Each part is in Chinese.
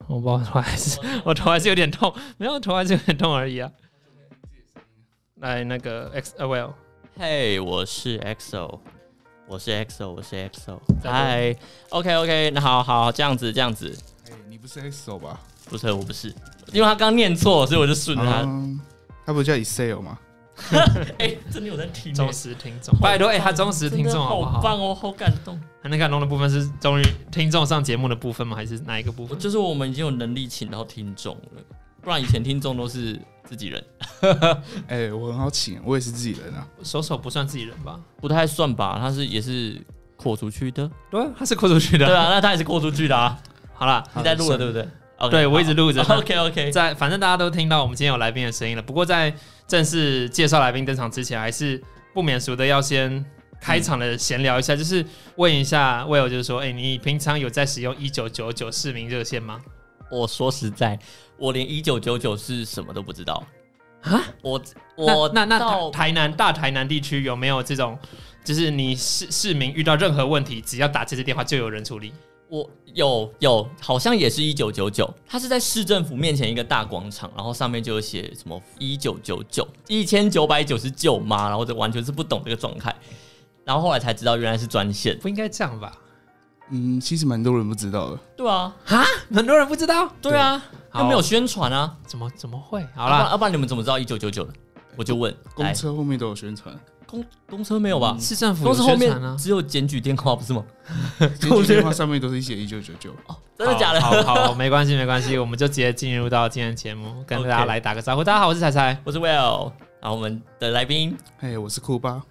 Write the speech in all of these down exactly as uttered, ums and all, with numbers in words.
我不知道头还是我头还是有点痛，没有头还是有点痛而已啊。来，那个 X 呃 Will， 嘿，我是 X O， 我是 X O， 我是 X O， 嗨 ，OK OK， 那好好这样子这样子。 哎，你不是 X O 吧？ 不是，我不是，因为他刚念错，所以我就顺着他。 嗯、他不叫 Excel 吗？ 哎、欸，真的有在听、欸， 忠实听众，拜托，哎、欸，他忠实听众好不好？ 好棒哦，好感动。 他那感动的部分是终于听众上节目的部分吗？还是哪一个部分？ 就是我们已经有能力请到听众了，不然以前听众都是自己人。 哎、欸，我很好请，我也是自己人啊。 手手不算自己人吧？ 不太算吧，他是也是扩出去的。 对、啊，他是扩出去的。 对啊，那他也是扩出去的啊。好啦，你在录了对不对？ Okay, 对，我一直录着。 OK OK， 在反正大家都听到我们今天有来宾的声音了。不过在正式介绍来宾登场之前，还是不免俗的要先开场的闲聊一下，嗯、就是问一下 Will， 就是说，哎、欸，你平常有在使用一九九九市民热线吗？ 我说实在，我连一九九九是什么都不知道啊。 我我那那那台南大台南地区有没有这种，就是你市市民遇到任何问题，只要打这支电话就有人处理？ 我有有，好像也是一九九九，它是在市政府面前一个大广场，然后上面就有写什么一九九九一千九百九十九嘛，然后这完全是不懂这个状态，然后后来才知道原来是专线， 不应该这样吧？ 嗯，其实蛮多人不知道的。 对啊， 哈，很多人不知道。 对啊，又没有宣传啊， 怎么怎么会？好啦， 要不然你们怎么知道一九九九的？我就问， 公车后面都有宣传。 公公车没有吧？ 市政府有宣传啊， 只有检举电话不是吗？ 检举电话上面都是写一九九九。 哦，真的假的？ 好好好，没关系没关系，我们就直接进入到今天的节目，跟大家来打个招呼。大家好，我是彩彩， 我是 Will， 然后我们的来宾， 嘿，我是库巴。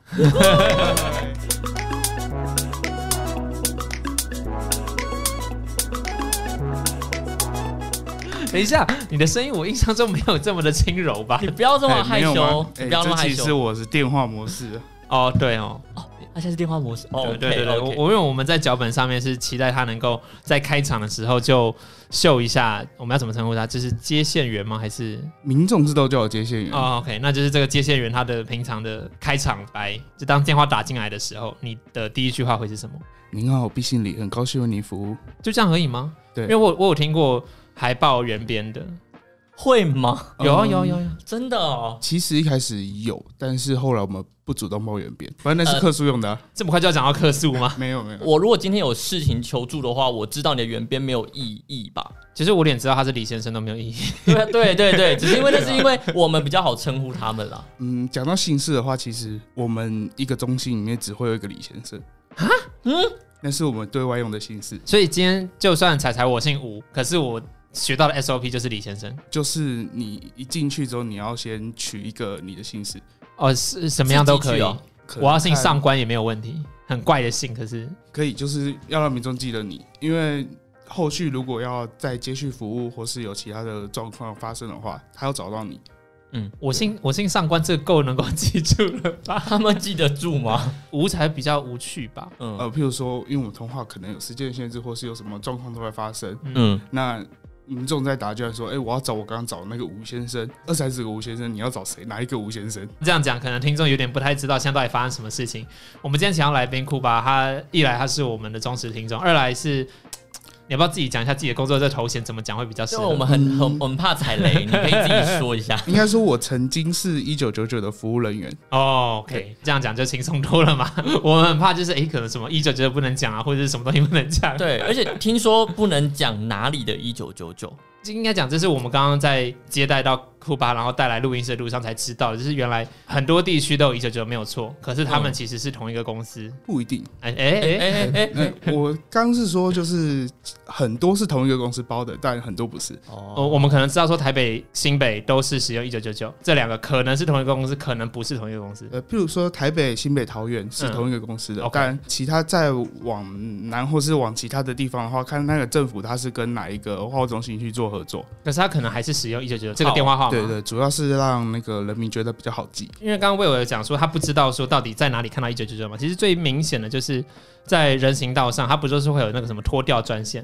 等一下，你的声音我印象中没有这么的轻柔吧？ 你不要这么害羞， 欸、 你不要那么害羞。 这其实我是电话模式哦，对哦， 哦，他现在是电话模式。哦， 对对对对， okay, okay. 我因为我们在脚本上面是期待他能够在开场的时候就秀一下，我们要怎么称呼他？就是接线员吗？还是民众是都叫我接线员？ 哦 ，OK， 那就是这个接线员他的平常的开场白，就当电话打进来的时候，你的第一句话会是什么？ 您好，毕信里，很高兴为您服务。 就这样而已吗？ 对， 因为我我有听过还报原编的。 会吗？ 有啊有啊有啊， 真的哦。 其实一开始有，但是后来我们不主动报原编，反正那是客诉用的、啊呃。 这么快就要讲到客诉吗？ 没有没有。 我如果今天有事情求助的话，我知道你的原编没有意义吧？ 其实我连知道他是李先生都没有意义。 对对对对，只是因为那是因为我们比较好称呼他们啦。 嗯，讲到姓氏的话，其实我们一个中心里面只会有一个李先生。 啊？ 嗯，那是我们对外用的姓氏。 所以今天就算彩彩我姓吴，可是我学到的 S O P 就是李先生， 就是你一进去之后，你要先取一个你的姓氏。 哦，是什么样都可以。 哦、 可我要姓上官也没有问题，很怪的姓，可是可以，就是要让民众记得你，因为后续如果要再接续服务或是有其他的状况发生的话，他要找到你。 嗯，我姓我姓上官，这个够能够记住了吧？ 他们记得住吗？ 无才比较无趣吧。 嗯，呃，譬如说，因为我们通话可能有时间限制，或是有什么状况都会发生。 嗯， 那民众在打就来说，哎、欸，我要找我刚刚找的那个吴先生，二三十个吴先生，你要找谁？哪一个吴先生？ 这样讲，可能听众有点不太知道现在到底发生什么事情。我们今天请到来宾库巴，他一来他是我们的忠实听众，二来是。你要不要自己讲一下自己的工作这头衔怎么讲会比较适合？ 因为我们很很我们怕踩雷，你可以自己说一下。 应该说，我曾经是一九九九的服务人员。 哦 ，OK， 这样讲就轻松多了嘛。我们很怕就是，哎、欸，可能什么一九九九不能讲啊，或者是什么东西不能讲。 对，而且听说不能讲哪里的一九九九。 应该讲，这是我们刚刚在接待到库巴，然后带来录音室的路上才知道的，就是原来很多地区都有一九九九没有错，可是他们其实是同一个公司， 不一定。 哎哎哎哎哎，我刚是说就是很多是同一个公司包的，但很多不是。 哦，我们可能知道说台北、新北都是使用一九九九，这两个可能是同一个公司，可能不是同一个公司。 呃，譬如说台北、新北、桃园是同一个公司的， 嗯、 但其他再往南或是往其他的地方的话，看那个政府它是跟哪一个化中心去做合作， 可是他可能还是使用一九九九这个电话号码。 对对，主要是让那个人民觉得比较好记。 因为刚刚魏伟讲说他不知道说到底在哪里看到一九九九嘛，其实最明显的就是在人行道上，他不就是会有那个什么拖吊专线，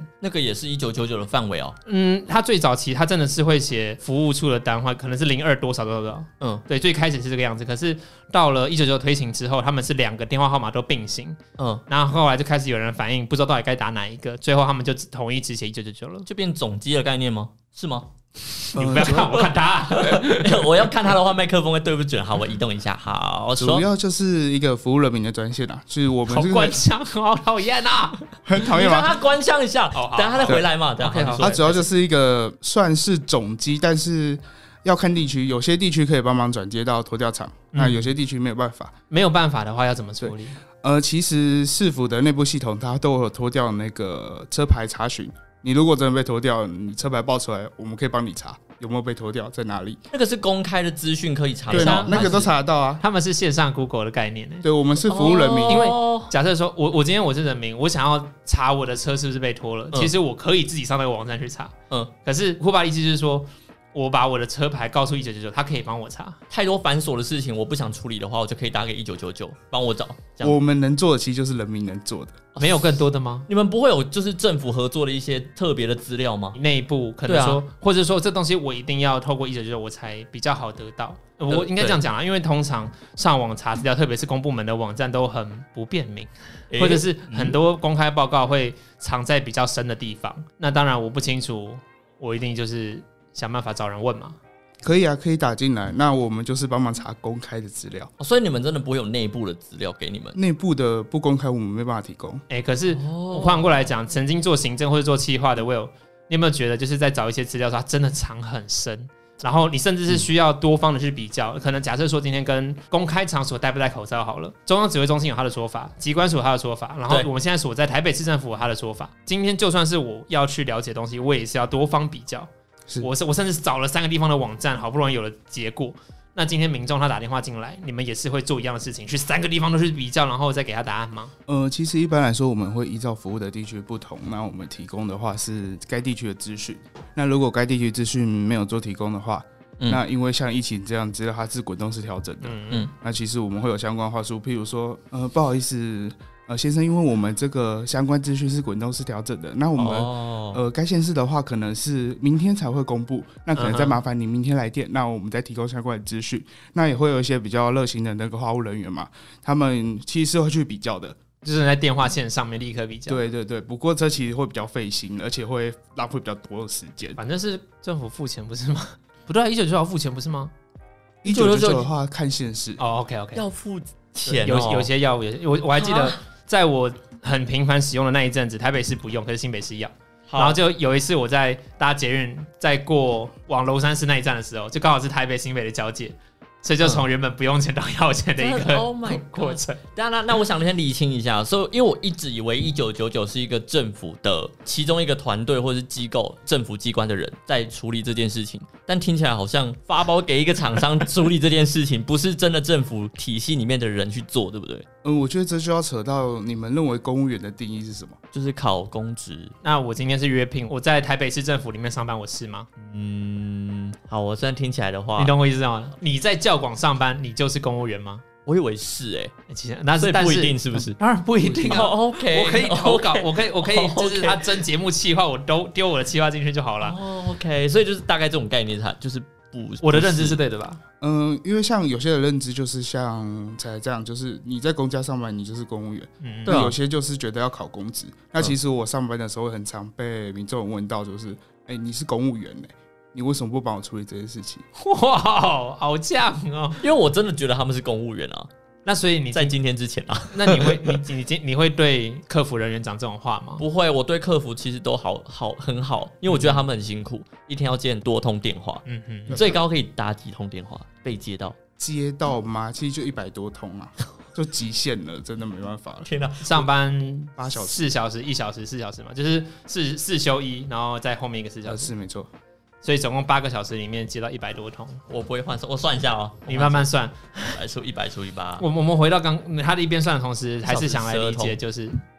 那个也是一九九九的范围哦。 嗯，他最早期他真的是会写服务处的单话，可能是零二多少多少。 嗯， 对，最开始是这个样子。可是到了一九九九推行之后，他们是两个电话号码都并行。 嗯， 然后后来就开始有人反映，不知道到底该打哪一个，最后他们就统一只写一九九九了。 就变总机的概念吗？是吗？ 你不要看我，看他。 我要看他的话，麦克风会对不准。好，我移动一下。好， 主要就是一个服务人民的专线啊，就是我们好这个官腔，好讨厌啊！ 很讨厌吗？ 你让他官腔一下， 哦好等下他再回来嘛。等下 OK，好它主要就是一个算是总机，但是要看地区，有些地区可以帮忙转接到拖吊厂， 嗯那有些地区没有办法。 没有办法的话，要怎么处理？ 呃，其实市府的内部系统它都有拖吊那个车牌查询。你如果真的被拖掉，你车牌报出来，我们可以帮你查有没有被拖掉，在哪里。 那个是公开的资讯，可以查对得到。 那个都查得到啊。 他们是线上 Google 的概念呢。 对，我们是服务人民。 哦因为假设说我我今天我是人民，我想要查我的车是不是被拖了， 嗯其实我可以自己上那个网站去查。 嗯， 可是库巴的意思就是说，我把我的车牌告诉一九九九，他可以帮我查。 太多繁琐的事情，我不想处理的话，我就可以打给一九九九帮我找。这样我们能做的其实就是人民能做的。 没有更多的吗？ 你们不会有就是政府合作的一些特别的资料吗？ 内部可能说， 对啊或者说这东西我一定要透过一九九九我才比较好得到。我应该这样讲啦，因为通常上网查资料，特别是公部门的网站都很不便民， 欸或者是很多公开报告会藏在比较深的地方。那当然我不清楚，我一定就是想办法找人问嘛。 可以啊，可以打进来。那我们就是帮忙查公开的资料， 哦所以你们真的不会有内部的资料给你们？ 内部的不公开，我们没办法提供。 哎、欸，可是哦我换过来讲，曾经做行政或者做企划的 Will， 你有没有觉得就是在找一些资料，它真的藏很深？然后你甚至是需要多方的去比较，可能假设说今天跟公开场所戴不戴口罩好了，中央指挥中心有他的说法，机关署有他的说法，然后我们现在所在台北市政府有他的说法。今天就算是我要去了解东西，我也是要多方比较。是我是我甚至找了三个地方的网站，好不容易有了结果。那今天民众他打电话进来，你们也是会做一样的事情，去三个地方都去比较，然后再给他答案吗？ 呃，其实一般来说，我们会依照服务的地区不同，那我们提供的话是该地区的资讯。那如果该地区资讯没有做提供的话，嗯、那因为像疫情这样资料它是滚动式调整的，嗯嗯，那其实我们会有相关话术，譬如说，呃，不好意思。呃，先生，因为我们这个相关资讯是滚动式调整的，那我们、哦、呃该县市的话可能是明天才会公布，那可能再麻烦你明天来电，那我们再提供相关的资讯。那也会有一些比较热心的那个话务人员嘛，他们其实是会去比较的， 就是在电话线上面立刻比较。 对对对，不过这其实会比较费心，而且会浪费比较多的时间。 反正是政府付钱不是吗？不对、啊，一九九九付钱不是吗？ 一九九九的话看县市。 哦 ，OK OK， 要付钱、哦， 有有些要，我我还记得。在我很频繁使用的那一阵子，台北市不用，可是新北市要。然后就有一次我在搭捷运，在过往楼山市那一站的时候，就刚好是台北新北的交界，所以就从原本不用钱到要钱的一个、 oh my 过程。 那那那我想先厘清一下，所以因为我一直以为一九九九是一个政府的其中一个团队或是机构、政府机关的人在处理这件事情，但听起来好像发包给一个厂商处理这件事情，不是真的政府体系里面的人去做，对不对？ 嗯，我觉得这就要扯到你们认为公务员的定义是什么？ 就是考公职。 那我今天是约聘，我在台北市政府里面上班，我是吗？ 嗯，好，我现在听起来的话， 你懂我意思吗？你在教广上班，你就是公务员吗？ 我以为是哎、欸， 其实那是不一定，是不是？ 当然不一定啊。 哦、OK， 我可以投稿， okay, 我可以，我可以，就是他征节目企划，我都丢我的企划进去就好了。 哦 ，OK， 所以就是大概这种概念，它就是不， 我的认知是对的吧？ 嗯，因为像有些的认知就是像才这样，就是你在公家上班，你就是公务员。嗯，对、啊。有些就是觉得要考公职。那其实我上班的时候很常被民众问到，就是，哎、欸，你是公务员呢、欸？你为什么不帮我处理这件事情？ 哇，好犟哦！ 因为我真的觉得他们是公务员啊。 那所以你在今天之前啊， 那你会你你你会对客服人员讲这种话吗？ 不会，我对客服其实都好好很好，因为我觉得他们很辛苦，一天要接很多通电话。嗯嗯，最高可以打几通电话被接到？ 接到吗？其实就一百多通啊，就极限了，真的没办法了。 天哪，上班八小时、 四小时、一小时、四小时嘛，就是四四休一，然后再后面一个四小时， 是没错。 所以总共八个小时里面接到一百多通， 我不会换算，我算一下哦， 你慢慢算， 一百除一百除以八。 我我们回到刚他的一边算的同时，还是想来理解，就是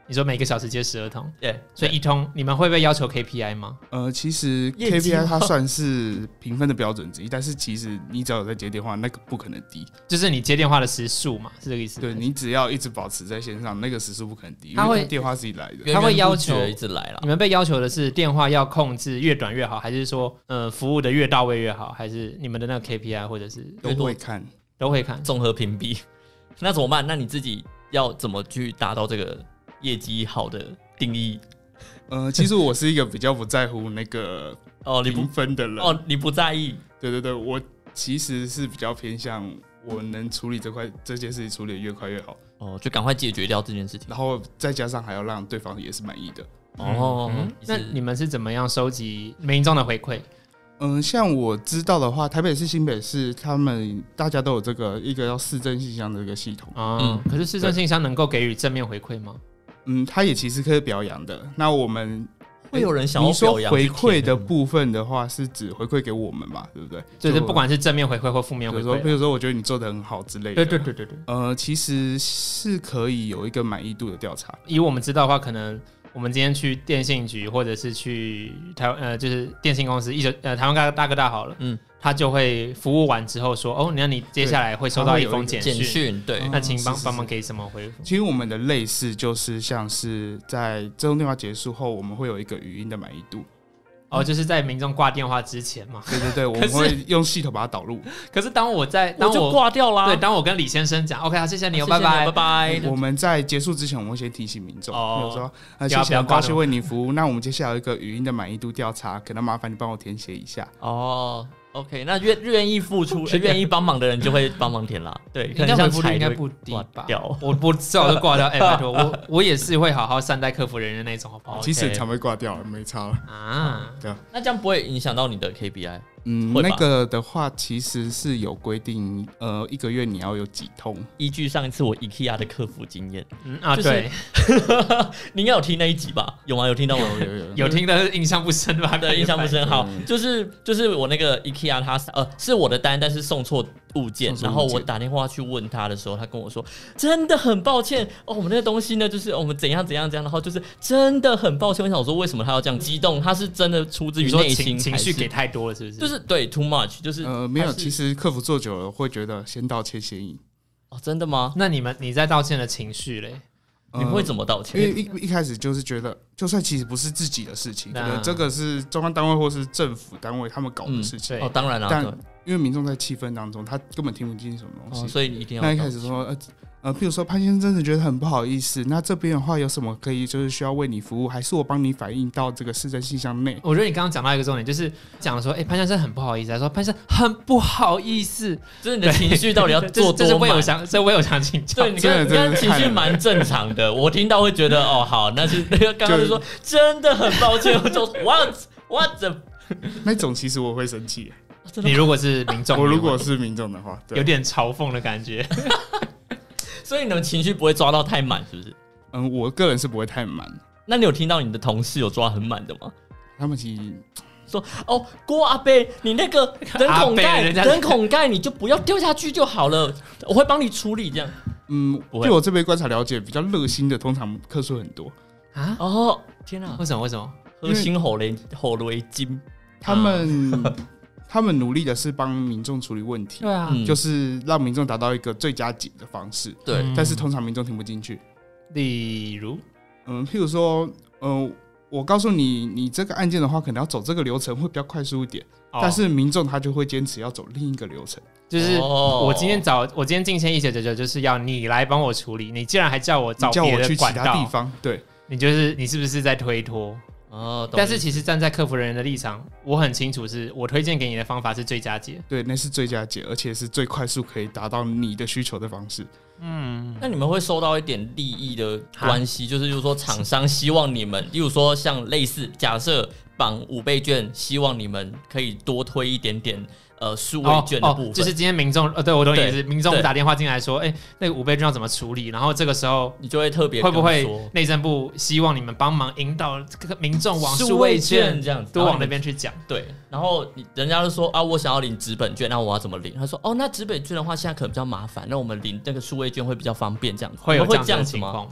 你说每个小时接十二通， 对， 所以一通你们会不会要求 K P I 吗？ 呃，其实业 K 绩 P I 吗它算是评分的标准之一，但是其实你只要有在接电话，那个不可能低。 就是你接电话的时数嘛，是这个意思？ 对，你只要一直保持在线上，那个时数不可能低，因他会为电话自己来的。 他会要求源源不绝一直来了你。们被要求的是电话要控制越短越好，还是说呃服务的越到位越好，还是你们的那个 K P I 或者是都会看， 都会看？ 综合评比，那怎么办？那你自己要怎么去达到这个业绩好的定义？ 呃，其实我是一个比较不在乎那个哦，你不评分的人。 哦，你不在意？ 对对对，我其实是比较偏向我能处理这块这件事情处理的越快越好， 哦，就赶快解决掉这件事情。 然后再加上还要让对方也是满意的。 哦， 嗯那你们是怎么样收集民众的回馈？ 嗯，像我知道的话，台北市、新北市他们大家都有这个一个叫市政信箱的一个系统。 啊、嗯，可是市政信箱能够给予正面回馈吗？ 嗯，它也其实可以表扬的。那我们会有人想要你说表扬回馈的部分的话，是指回馈给我们嘛，对不对？ 就是不管是正面回馈或负面回馈， 比如说我觉得你做的很好之类的。 对对对对对。 呃，其实是可以有一个满意度的调查。 以我们知道的话，可能我们今天去电信局，或者是去台呃，就是电信公司，一九呃台湾大大哥大好了，嗯，他就会服务完之后说，哦，那你接下来会收到一封简简讯， 讯，对， 那请帮是是是帮忙给什么回复？ 其实我们的类似就是像是在这通电话结束后，我们会有一个语音的满意度。 哦，就是在民众挂电话之前嘛。 对对对，我们会用系统把它导入。 可是当我在，当我我就挂掉啦。 对，当我跟李先生讲 ，OK 啊，谢谢你哦， 谢谢拜拜拜拜。 我们在结束之前，我们会先提醒民众， 哦比如说，呃， 不要谢谢，很不要挂了高兴为你服务。那我们接下来有一个语音的满意度调查，可能麻烦你帮我填写一下。 哦，OK， 那愿愿意付出、愿意帮忙的人就会帮忙填啦。对， 应该回复率应该不不低吧？ 掉， 我我早就挂掉。哎、欸，拜托，我我也是会好好善待客服人员那种，好不好？ 其实很常被挂掉了，没差了。 啊， 对啊， 那这样不会影响到你的 K P I？ 嗯， 会吧那个的话其实是有规定，呃，一个月你要有几通。 依据上一次我 IKEA 的客服经验， 嗯啊， 就是对， 你应该有听那一集吧？有吗？有听到吗？ 有有有有听的印象不深吧？ 对，印象不深。好， 嗯就是就是我那个 IKEA，它呃是我的单，但是送错物件， 送错物件然后我打电话去问他的时候，他跟我说真的很抱歉哦，我们那个东西呢，就是我们怎样怎样怎样，然后就是真的很抱歉。我想说为什么他要这样激动？他是真的出自于你说内心， 情情绪还是给太多了，是不是？ 就是对 too much，就是呃，没有， 他是其实客服做久了会觉得先道歉先赢。 哦，真的吗？ 那你们你在道歉的情绪嘞？ 你们会怎么道歉？ 因为一一开始就是觉得，就算其实不是自己的事情，可那能这个是中央单位或是政府单位他们搞的事情。 对哦，当然了， 但对因为民众在气氛当中，他根本听不进什么东西， 哦所以你一定要那一开始说，呃呃，譬如说潘先生真的觉得很不好意思，那这边的话有什么可以就是需要为你服务，还是我帮你反映到这个市政信箱内？ 我觉得你刚刚讲到一个重点，就是讲说，哎、欸，潘先生很不好意思，他说潘先生很不好意思， 就是你的情绪到底要做这是多满？ 我有想，这我有想请教。 对，你看，你看情绪蛮正常的，我听到会觉得哦，好，那是那个刚刚就说真的很抱歉，我就 what what the 那种其实我会生气。 你如果是民众， 我如果是民众的话， 有点嘲讽的感觉。 所以你的情绪不会抓到太满，是不是？ 嗯，我个人是不会太满。 那你有听到你的同事有抓很满的吗？ 他们其实说哦，郭阿伯，你那个人孔盖，人孔盖你就不要掉下去就好了，我会帮你处理这样。 嗯，据我这边观察了解，比较热心的通常客数很多啊。 哦，天啊， 为什么？为什么？ 喝心吼雷吼雷金， 他们。他们努力的是帮民众处理问题， 对啊， 嗯就是让民众达到一个最佳解的方式。 对， 但是通常民众听不进去。 例如， 嗯，譬如说，嗯，我告诉你，你这个案件的话，可能要走这个流程会比较快速一点，哦、但是民众他就会坚持要走另一个流程。 就是我今天找我今天进签一九九九，就是要你来帮我处理。你既然还叫我找别的管道， 叫我去其他地方，对， 你就是你是不是在推脱？ 哦， 但是其实站在客服人员的立场，我很清楚是我推荐给你的方法是最佳解， 对，那是最佳解，而且是最快速可以达到你的需求的方式。 嗯，那你们会收到一点利益的关系，就是，就是说厂商希望你们，例如说像类似假设绑五倍券，希望你们可以多推一点点。呃，数位券的部分、哦哦， 就是今天民众，呃，对我懂你意思，民众打电话进来说，哎、欸，那个五倍券要怎么处理？然后这个时候你就会特别会不会内政部希望你们帮忙引导民众往数位券这样子， 多往那边去讲？ 对，然后你人家就说啊，我想要领纸本券，那我要怎么领？他说哦，那纸本券的话，现在可能比较麻烦，那我们领那个数位券会比较方便，这样子会有这样的情况吗？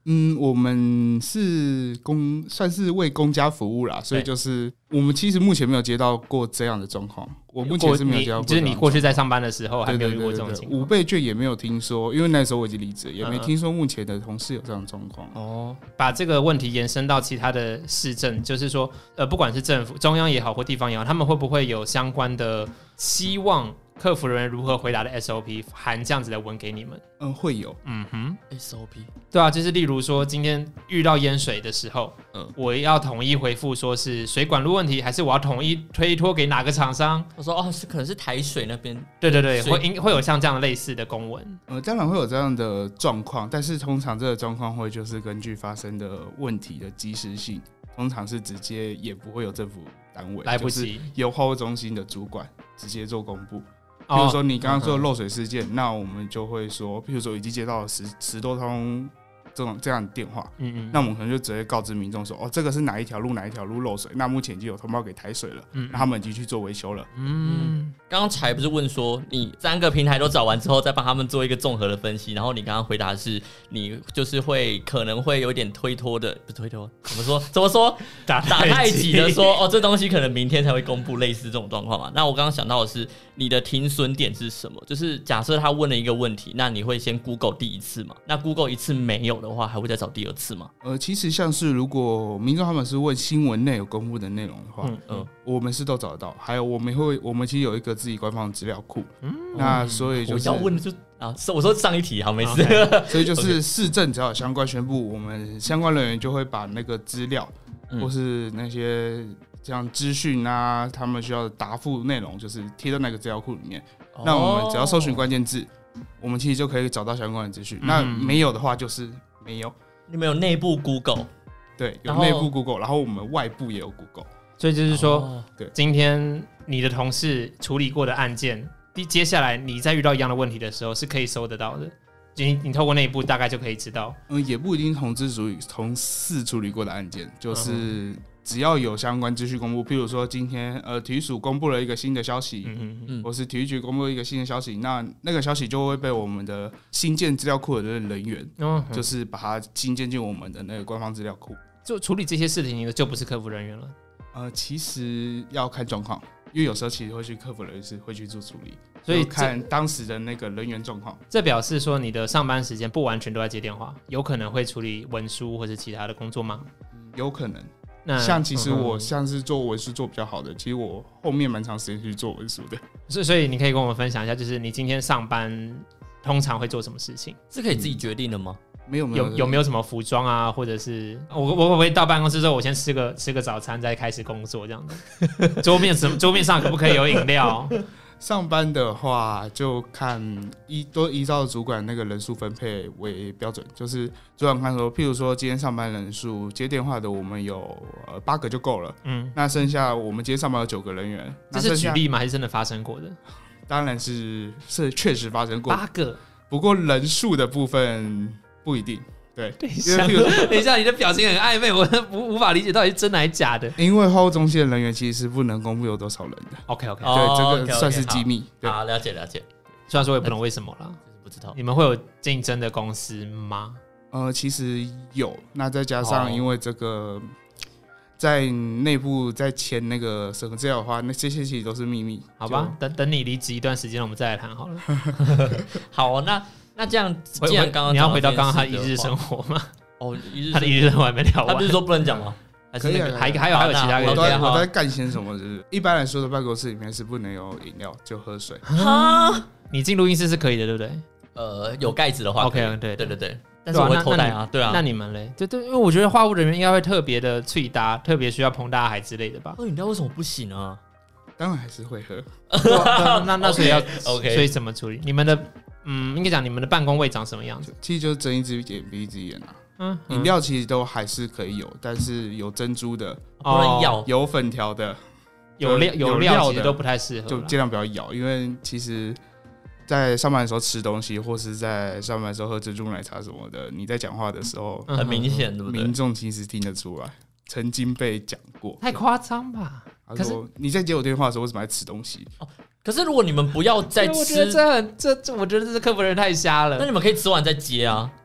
嗯，我们是公算是为公家服务啦，所以就是我们其实目前没有接到过这样的状况。我目前是没有接到过， 就是你过去在上班的时候还没有遇过这种情况。 五倍券也没有听说，因为那时候我已经离职，也没听说目前的同事有这样的状况。 哦，把这个问题延伸到其他的市政，就是说，呃，不管是政府、中央也好或地方也好，他们会不会有相关的希望？客服人员如何回答的 S O P 含这样子的文给你们？ 嗯，会有。 嗯哼 ，S O P 对啊，就是例如说今天遇到淹水的时候，嗯，我要统一回复说是水管路问题，还是我要统一推脱给哪个厂商？ 我说哦，是可能是台水那边。 对对对，会会有像这样类似的公文。 呃，当然会有这样的状况，但是通常这个状况会就是根据发生的问题的及时性，通常是直接也不会有政府单位来不及， 就是由货物中心的主管直接做公布。比如说你刚刚说的漏水事件，哦嗯、那我们就会说，譬如说已经接到了十十多通这种这样的电话，嗯嗯，那我们可能就直接告知民众说，哦，这个是哪一条路哪一条路漏水，那目前已经有通报给台水了，嗯，那他们已经去做维修了。 嗯，刚刚才不是问说，你三个平台都找完之后，再帮他们做一个综合的分析，然后你刚刚回答的是，你就是会可能会有点推脱的，不是推脱，怎么说？怎么说？打打太极的说，哦，这东西可能明天才会公布，类似这种状况嘛。那我刚刚想到的是，你的停损点是什么？就是假设他问了一个问题，那你会先 Google 第一次嘛？那 Google 一次没有的话，还会再找第二次吗？ 呃，其实像是如果民众他们是问新闻内有公布的内容的话，嗯嗯，我们是都找得到。还有我们会，我们其实有一个自己官方的资料库，嗯，那所以就是、 我要问的就啊，我说上一题好没事， okay, 所以就是市政只要有相关宣布，我们相关人员就会把那个资料、嗯、或是那些像资讯啊，他们需要的答复内容，就是贴到那个资料库里面。哦、那我们只要搜寻关键字，我们其实就可以找到相关的资讯。嗯、那没有的话就是没有。 你们有内部 Google， 对，有内部 Google， 然后我们外部也有 Google。 所以就是说，哦、对，今天你的同事处理过的案件，接下来你再遇到一样的问题的时候，是可以搜得到的。你你透过内部大概就可以知道。 嗯，也不一定同志处理同事处理过的案件，就是只要有相关资讯公布，譬如说今天呃体育署公布了一个新的消息，嗯嗯嗯，或是体育局公布了一个新的消息，那那个消息就会被我们的新建资料库的人员，嗯，就是把它新建进我们的那个官方资料库。 就处理这些事情的就不是客服人员了。 呃，其实要看状况，因为有时候其实会去客服人员会去做处理。所以看当时的那个人员状况， 这表示说你的上班时间不完全都在接电话，有可能会处理文书或是其他的工作吗？ 嗯、有可能。那像其实我像是做文书做比较好的，嗯、其实我后面蛮长时间去做文书的。 所以，所以你可以跟我们分享一下，就是你今天上班通常会做什么事情？ 是可以自己决定的吗？ 嗯、没有没有有有没有什么服装啊，或者是我我会不会到办公室之后，我先吃个吃个早餐，再开始工作这样子？桌面什桌面上可不可以有饮料？ 上班的话就看依都依照主管那个人数分配为标准，就是主管看说，譬如说今天上班人数接电话的我们有呃八个就够了，嗯，那剩下我们今天上班有九个人员， 这是举例吗？还是真的发生过的？ 当然是是确实发生过八个， 不过人数的部分不一定。对， 等一下，等一下，你的表情很暧昧，我无无法理解到底是真还是假的。 因为货物中心的人员其实是不能公布有多少人的。 OK OK， 对，这个算是机密。 好，好了解了解。 虽然说我也不懂为什么啦， 不知道。 你们会有竞争的公司吗？ 呃，其实有。那再加上因为这个在内部在签那个审核资料的话，那这些其实都是秘密。 好吧，等等你离职一段时间，我们再来谈好了。 好，那。那这样，既然刚刚你要回到刚刚他的一日生活吗？ 哦，一日他的一日生活还没聊完， 他不是说不能讲吗？ 可以、啊， 还还有还有其他我在我在干些什么？就是一般来说的办公室里面是不能有饮料，就喝水。 哈，你进录音室是可以的，对不对？ 呃，有盖子的话 ，OK， 对对对对。但是我会偷带啊，对啊。 那你们嘞？对对，因为我觉得话务人员应该会特别的脆搭，特别需要膨大海之类的吧？ 喝饮料为什么不行啊？ 当然还是会喝。 那那所以要 OK， 所以怎么处理？你们的嗯，应该讲你们的办公位长什么样子？ 其实就是睁一只眼闭一只眼啊。嗯，饮料其实都还是可以有，但是有珍珠的， 不能咬； 有粉条的， 有料有料其实都不太适合， 就尽量不要咬，因为其实，在上班的时候吃东西，或是在上班的时候喝珍珠奶茶什么的，你在讲话的时候， 很明显，对不对？ 民众其实听得出来，曾经被讲过。 太夸张吧？ 他说你在接我电话的时候，为什么在吃东西？ 哦，可是如果你们不要再吃， 我觉得这很这这，我觉得这是客服人太瞎了。 那你们可以吃完再接啊。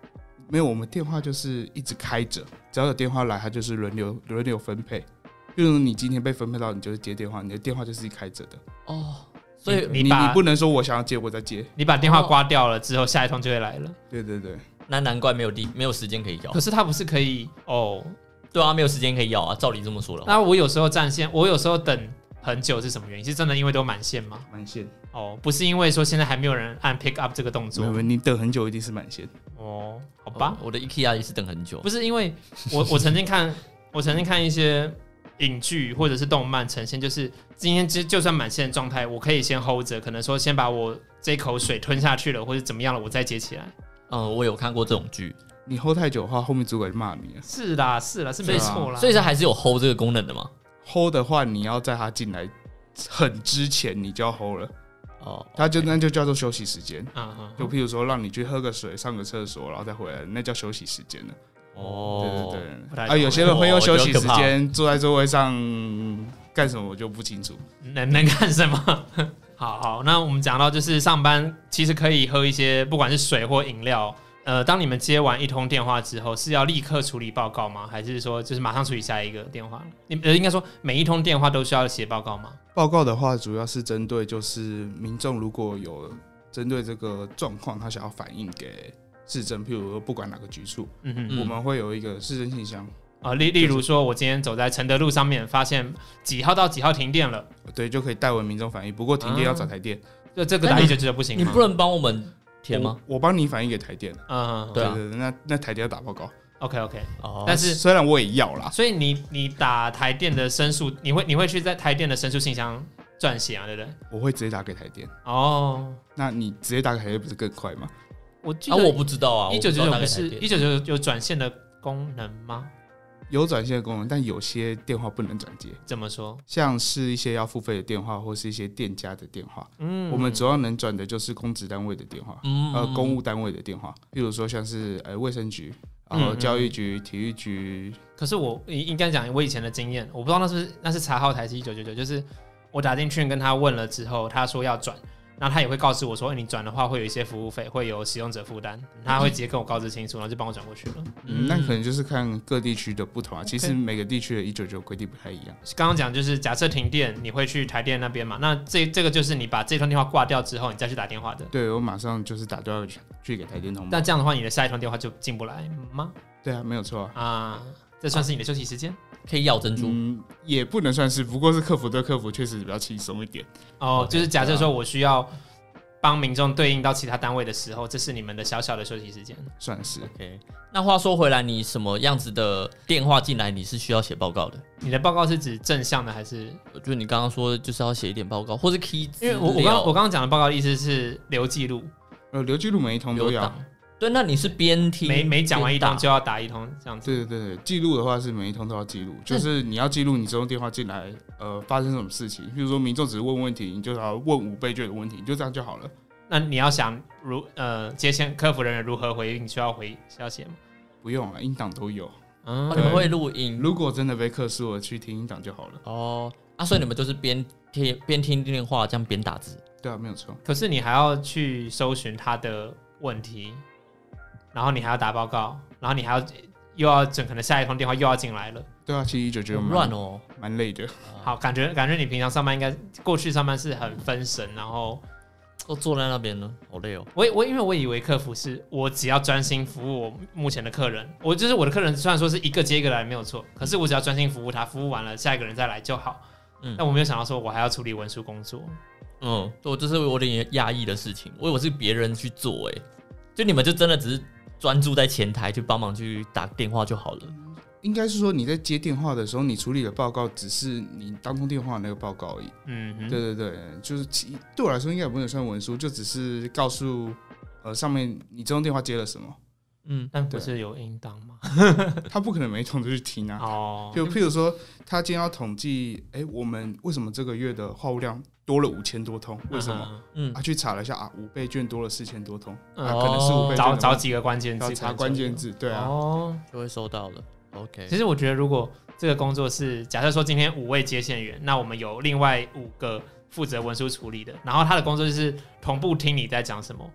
没有，我们电话就是一直开着，只要有电话来，它就是轮流轮流分配。比如你今天被分配到，你就是接电话，你的电话就是开着的。 哦，所以你 你, 你不能说我想要接我再接， 你把电话挂掉了之后，下一通就会来了。 对对对， 那难怪没有地没有时间可以要。 可是他不是可以哦？ 对啊，没有时间可以要啊。照理这么说的话， 那我有时候占线，我有时候等很久是什么原因？是真的因为都满线吗？ 满线哦，不是因为说现在还没有人按 pick up 这个动作。 没有，你等很久一定是满线。 哦，好吧， 哦、我的 IKEA 也是等很久。 不是因为我我曾经看我曾经看一些影剧或者是动漫呈现，就是今天就算满线的状态，我可以先 hold 着，可能说先把我这口水吞下去了，或者怎么样了，我再接起来。 嗯，我有看过这种剧。 你 hold 太久的话，后面主管就骂你了。 是啦，是啦，是没错啦。 所以它还是有 hold 这个功能的嘛 ？hold 的话，你要在他进来很之前，你就要 hold 了。 哦， 他就那就叫做休息时间。 嗯嗯。 就譬如说，让你去喝个水、上个厕所，然后再回来，那叫休息时间了。 哦， 对对对。啊，有些人会用休息时间坐在座位上干什么，我就不清楚。 能能干什么？好好，那我们讲到就是上班，其实可以喝一些，不管是水或饮料。呃，当你们接完一通电话之后，是要立刻处理报告吗？还是说就是马上处理下一个电话？你呃，应该说每一通电话都需要写报告吗？ 报告的话，主要是针对就是民众如果有针对这个状况，他想要反映给市政，譬如说不管哪个局处，嗯哼，我们会有一个市政信箱。 啊、呃，例例如说，我今天走在承德路上面，发现几号到几号停电了， 对，就可以代为民众反映。不过停电要找台电， 这、啊、这个打一九九九不行吗？ 你不能帮我们填吗？ 我帮你反映给台电。 嗯， 对啊，对对对，那那台电要打报告。 OK OK， 哦， 但是虽然我也要啦， 所以你你打台电的申诉，你会你会去在台电的申诉信箱撰写啊，对不对？ 我会直接打给台电。 哦， 那你直接打给台电不是更快吗？ 我记得啊，我不知道啊， 一九九九不是一九九九有转线的功能吗？ 有转线的功能，但有些电话不能转接。 怎么说？ 像是一些要付费的电话，或是一些店家的电话，嗯，我们主要能转的就是公职单位的电话，嗯，呃，公务单位的电话，比如说像是呃卫生局，然后教育局、嗯、体育局。 可是我应该讲我以前的经验，我不知道那是不是那是查号台是一九九九，就是我打进去跟他问了之后，他说要转。然后他也会告诉我说，你转的话会有一些服务费，会有使用者负担，他会直接跟我告知清楚，然后就帮我转过去了。 嗯，那可能就是看各地区的不同啊。其实每个地区的一九九九规定不太一样。 刚刚讲就是假设停电，你会去台电那边嘛？那这这个就是你把这通电话挂掉之后，你再去打电话的。 对，我马上就是打电话去给台电通报。 那这样的话，你的下一通电话就进不来吗？ 对啊，没有错啊。 啊，这算是你的休息时间？ 可以咬珍珠、 嗯，也不能算是，不过是客服对客服确实比较轻松一点。 哦，就是假设说我需要帮民众对应到其他单位的时候，这是你们的小小的休息时间， 算是。 OK， 那话说回来，你什么样子的电话进来，你是需要写报告的？ 你的报告是指正向的还是？ 就你刚刚说就是要写一点报告，或是 key 资料。 因为我我刚我刚刚讲的报告的意思是留记录， 呃，留记录每一通都要。 对，那你是边听每每讲完一通就要打一通这样子。 对对对，记录的话是每一通都要记录，就是你要记录你这通电话进来，呃，发生什么事情。比如说民众只是问问题，你就要问五倍券的问题，你就这样就好了。 那你要想如呃接线客服人员如何回应，需要回需要写吗？ 不用啊，音档都有。 嗯，你们会录音？ 如果真的被客诉了，去听音档就好了。 哦，啊，所以你们就是边听边听电话，这样边打字。 对啊，没有错。 可是你还要去搜寻他的问题。然后你还要打报告，然后你还要又要整，可能下一通电话又要进来了。 对啊，其实一九九九乱哦， 蛮累的。 好，感觉感觉你平常上班应该过去上班是很分神，然后都坐在那边呢，好累哦。 我我因为我以为客服是我只要专心服务我目前的客人，我就是我的客人虽然说是一个接一个来没有错，可是我只要专心服务他，服务完了下一个人再来就好。嗯，但我没有想到说我还要处理文书工作。 嗯，我这是有点压抑的事情，我以为是别人去做、欸，哎，就你们就真的只是专注在前台去帮忙去打电话就好了。 应该是说你在接电话的时候，你处理的报告只是你当通电话的那个报告而已。嗯哼，对对对，就是对我来说应该也不能算文书，就只是告诉呃上面你这通电话接了什么。 嗯，但不是有音档吗？ 他不可能每一通都去听啊。哦，就譬如说，他今天要统计，哎、欸，我们为什么这个月的话务量多了五千多通？为什么？嗯，他、啊、去查了一下啊，五倍券多了四千多通，啊，可能是五倍券。 找找几个关键字， 查关键字，对啊， 哦，就会收到了。OK， 其实我觉得，如果这个工作是假设说今天五位接线员，那我们有另外五个负责文书处理的，然后他的工作就是同步听你在讲什么。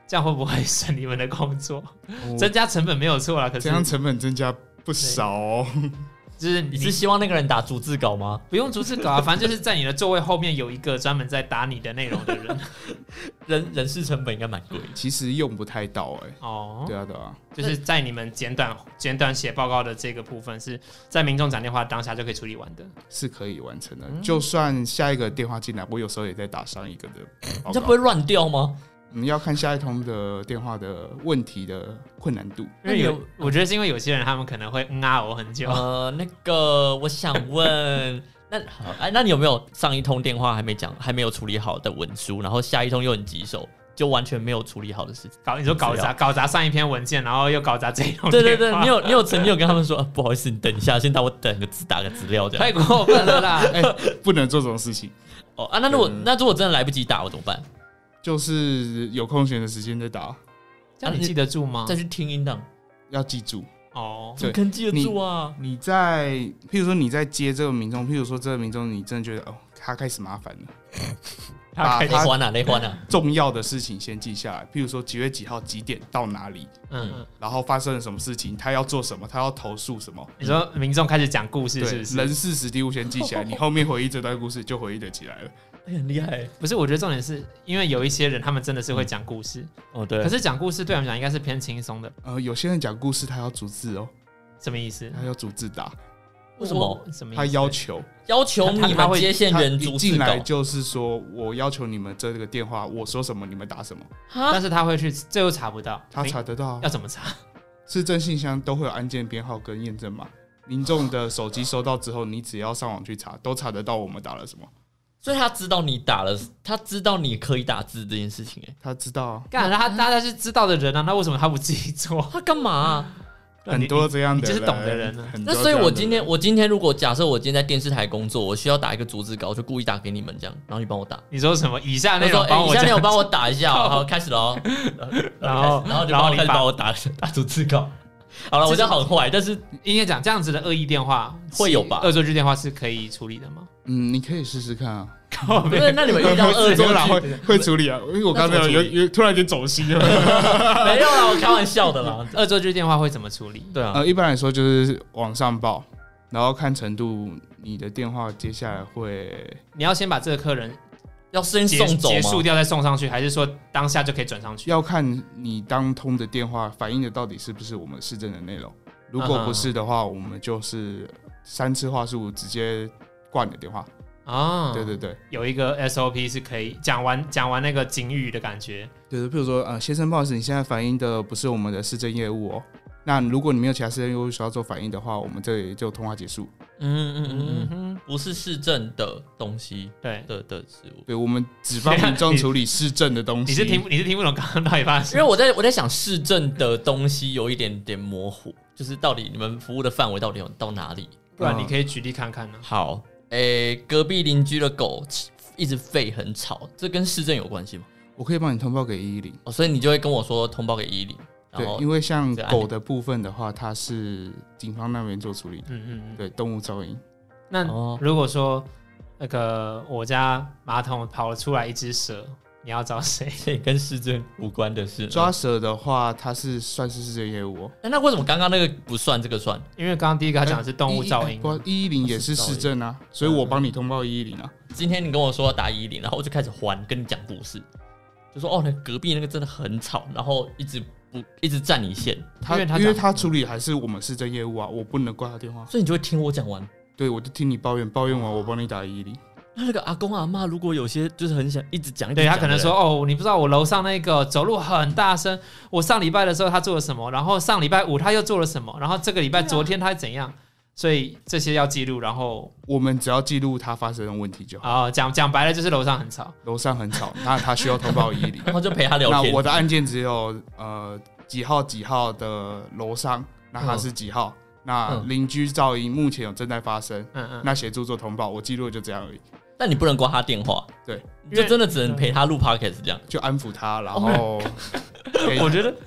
这样会不会省你们的工作？ 哦增加成本没有错啦，可是这样成本增加不少哦。 就是你是希望那个人打逐字稿吗？ 不用逐字稿啊，反正就是在你的座位后面有一个专门在打你的内容的人。 人人事成本应该蛮贵的。 其实用不太到哎、欸。 哦， 对啊对啊， 就是在你们简短简短写报告的这个部分，是在民众讲电话当下就可以处理完的， 是可以完成的。 嗯、 就算下一个电话进来，我有时候也在打上一个的报告。 这不会乱掉吗？ 我们要看下一通的电话的问题的困难度， 因为有，我觉得是因为有些人他们可能会嗯啊我很久。 呃，那个我想问，那好，哎，那你有没有上一通电话还没讲，还没有处理好的文书，然后下一通又很棘手，就完全没有处理好的事情？ 搞你说搞砸搞砸上一篇文件，然后又搞砸这一通对电话。 对对，你有你有曾经有跟他们说、啊，不好意思，你等一下，先打我等个字打个资料这样。 太过分了啦！ 哎、不能做这种事情。 哦啊，那如果那如果真的来不及打，我怎么办？ 就是有空闲的时间再打， 这样你记得住吗？ 再去听音档， 要记住哦。 怎么可能记得住啊？ 你, 你在，譬如说你在接这个民众，譬如说这个民众，你真的觉得哦，他开始麻烦了， 把他欢啊，雷欢啊， 重要的事情先记下来。譬如说几月几号几点到哪里，嗯，然后发生了什么事情，他要做什么，他要投诉什么。 你说民众开始讲故事，是不是？ 人事时地物先记起来，你后面回忆这段故事就回忆得起来了。 哎、很厉害。 不是，我觉得重点是因为有一些人他们真的是会讲故事、 嗯、哦，对。 可是讲故事对我们讲应该是偏轻松的。 呃，有些人讲故事他要逐字哦， 什么意思？ 他要逐字打。 为什么？ 什么意思？ 他要求要求你们接线员逐字稿， 进来就是说我要求你们这个电话，我说什么你们打什么。 但是他会去，这又查不到。 他查得到、啊， 要怎么查？ 市政信箱都会有案件编号跟验证码，民众的手机收到之后，你只要上网去查，都查得到我们打了什么。 所以他知道你打了，他知道你可以打字这件事情、欸，哎， 他知道啊。 干，他大家是知道的人啊，那为什么他不自己做？ 他干嘛、啊？ 很多这样的人， 你就是懂的人、啊。 那所以，我今天我今天如果假设我今天在电视台工作，我需要打一个逐字稿，我就故意打给你们这样，然后你帮我打。 你说什么？以下内容帮我、 欸，以下内容帮我打一下、喔，好，开始了哦、喔。 然后， 然后，然后你开始帮我打打逐字稿。好了，我这样很坏，但是应该讲这样子的恶意电话会有吧？ 恶作剧电话是可以处理的吗？ 嗯，你可以试试看啊。 不是，那你们遇到恶作剧会会处理啊？因为我刚才有有突然有点走心了。 没有啦，我开玩笑的啦。 恶作剧电话会怎么处理？ 对啊， 呃，一般来说就是往上报，然后看程度，你的电话接下来会， 你要先把这个客人要先送走吗？ 结束掉再送上去，还是说当下就可以转上去？ 要看你当通的电话反映的到底是不是我们市政的内容。如果不是的话，我们就是三次话术直接挂你的电话。 啊， 对对对， 有一个 S O P 是可以讲完讲完那个警语的感觉。 对对，比如说呃，先生不好意思，你现在反映的不是我们的市政业务哦。那如果你没有其他市政业务需要做反应的话，我们这里就通话结束。 嗯嗯嗯嗯，不是市政的东西， 对的的事物。 对，我们只帮民众处理市政的东西。 你是听你是听不懂刚刚到底发生？ 因为我在我在想市政的东西有一点点模糊，就是到底你们服务的范围到底有到哪里？ 不然你可以举例看看呢、啊。 好。诶、欸，隔壁邻居的狗一直吠很吵，这跟市政有关系吗？ 我可以帮你通报给一一零， 哦，所以你就会跟我说通报给一一零。 对，因为像狗的部分的话，它是警方那边做处理的。嗯嗯嗯，对，动物噪音。 那如果说那个我家马桶跑了出来一只蛇，你要找谁？ 跟市政无关的事。 抓蛇的话，它是算是市政业务哦。 欸、那为什么刚刚那个不算，这个算？ 因为刚刚第一个他讲的是动物噪音。 不，一一零也是市政啊，所以我帮你通报一一零啊。 今天你跟我说打一一零，然后我就开始还跟你讲故事，就说哦，那隔壁那个真的很吵，然后一直不一直占你线。 他因为他因为他处理还是我们市政业务啊，我不能挂他电话， 所以你就会听我讲完。 对，我就听你抱怨，抱怨完我帮你打一一零。 那那个阿公阿嬷如果有些就是很想一直讲， 对他可能说哦，你不知道我楼上那个走路很大声，我上礼拜的时候他做了什么，然后上礼拜五他又做了什么，然后这个礼拜昨天他怎样，所以这些要记录，然后我们只要记录他发生的问题就好。 哦，讲讲白了就是楼上很吵， 楼上很吵，那他需要通报一一零， 然后就陪他聊天。 那我的案件只有呃几号几号的楼上，那他是几号？嗯、那邻居噪音目前有正在发生，嗯嗯，那协助做通报，我记录就这样而已。 但你不能挂他电话， 对， 你就真的只能陪他录 podcast 这样， 就安抚他，然后、 哦、我觉得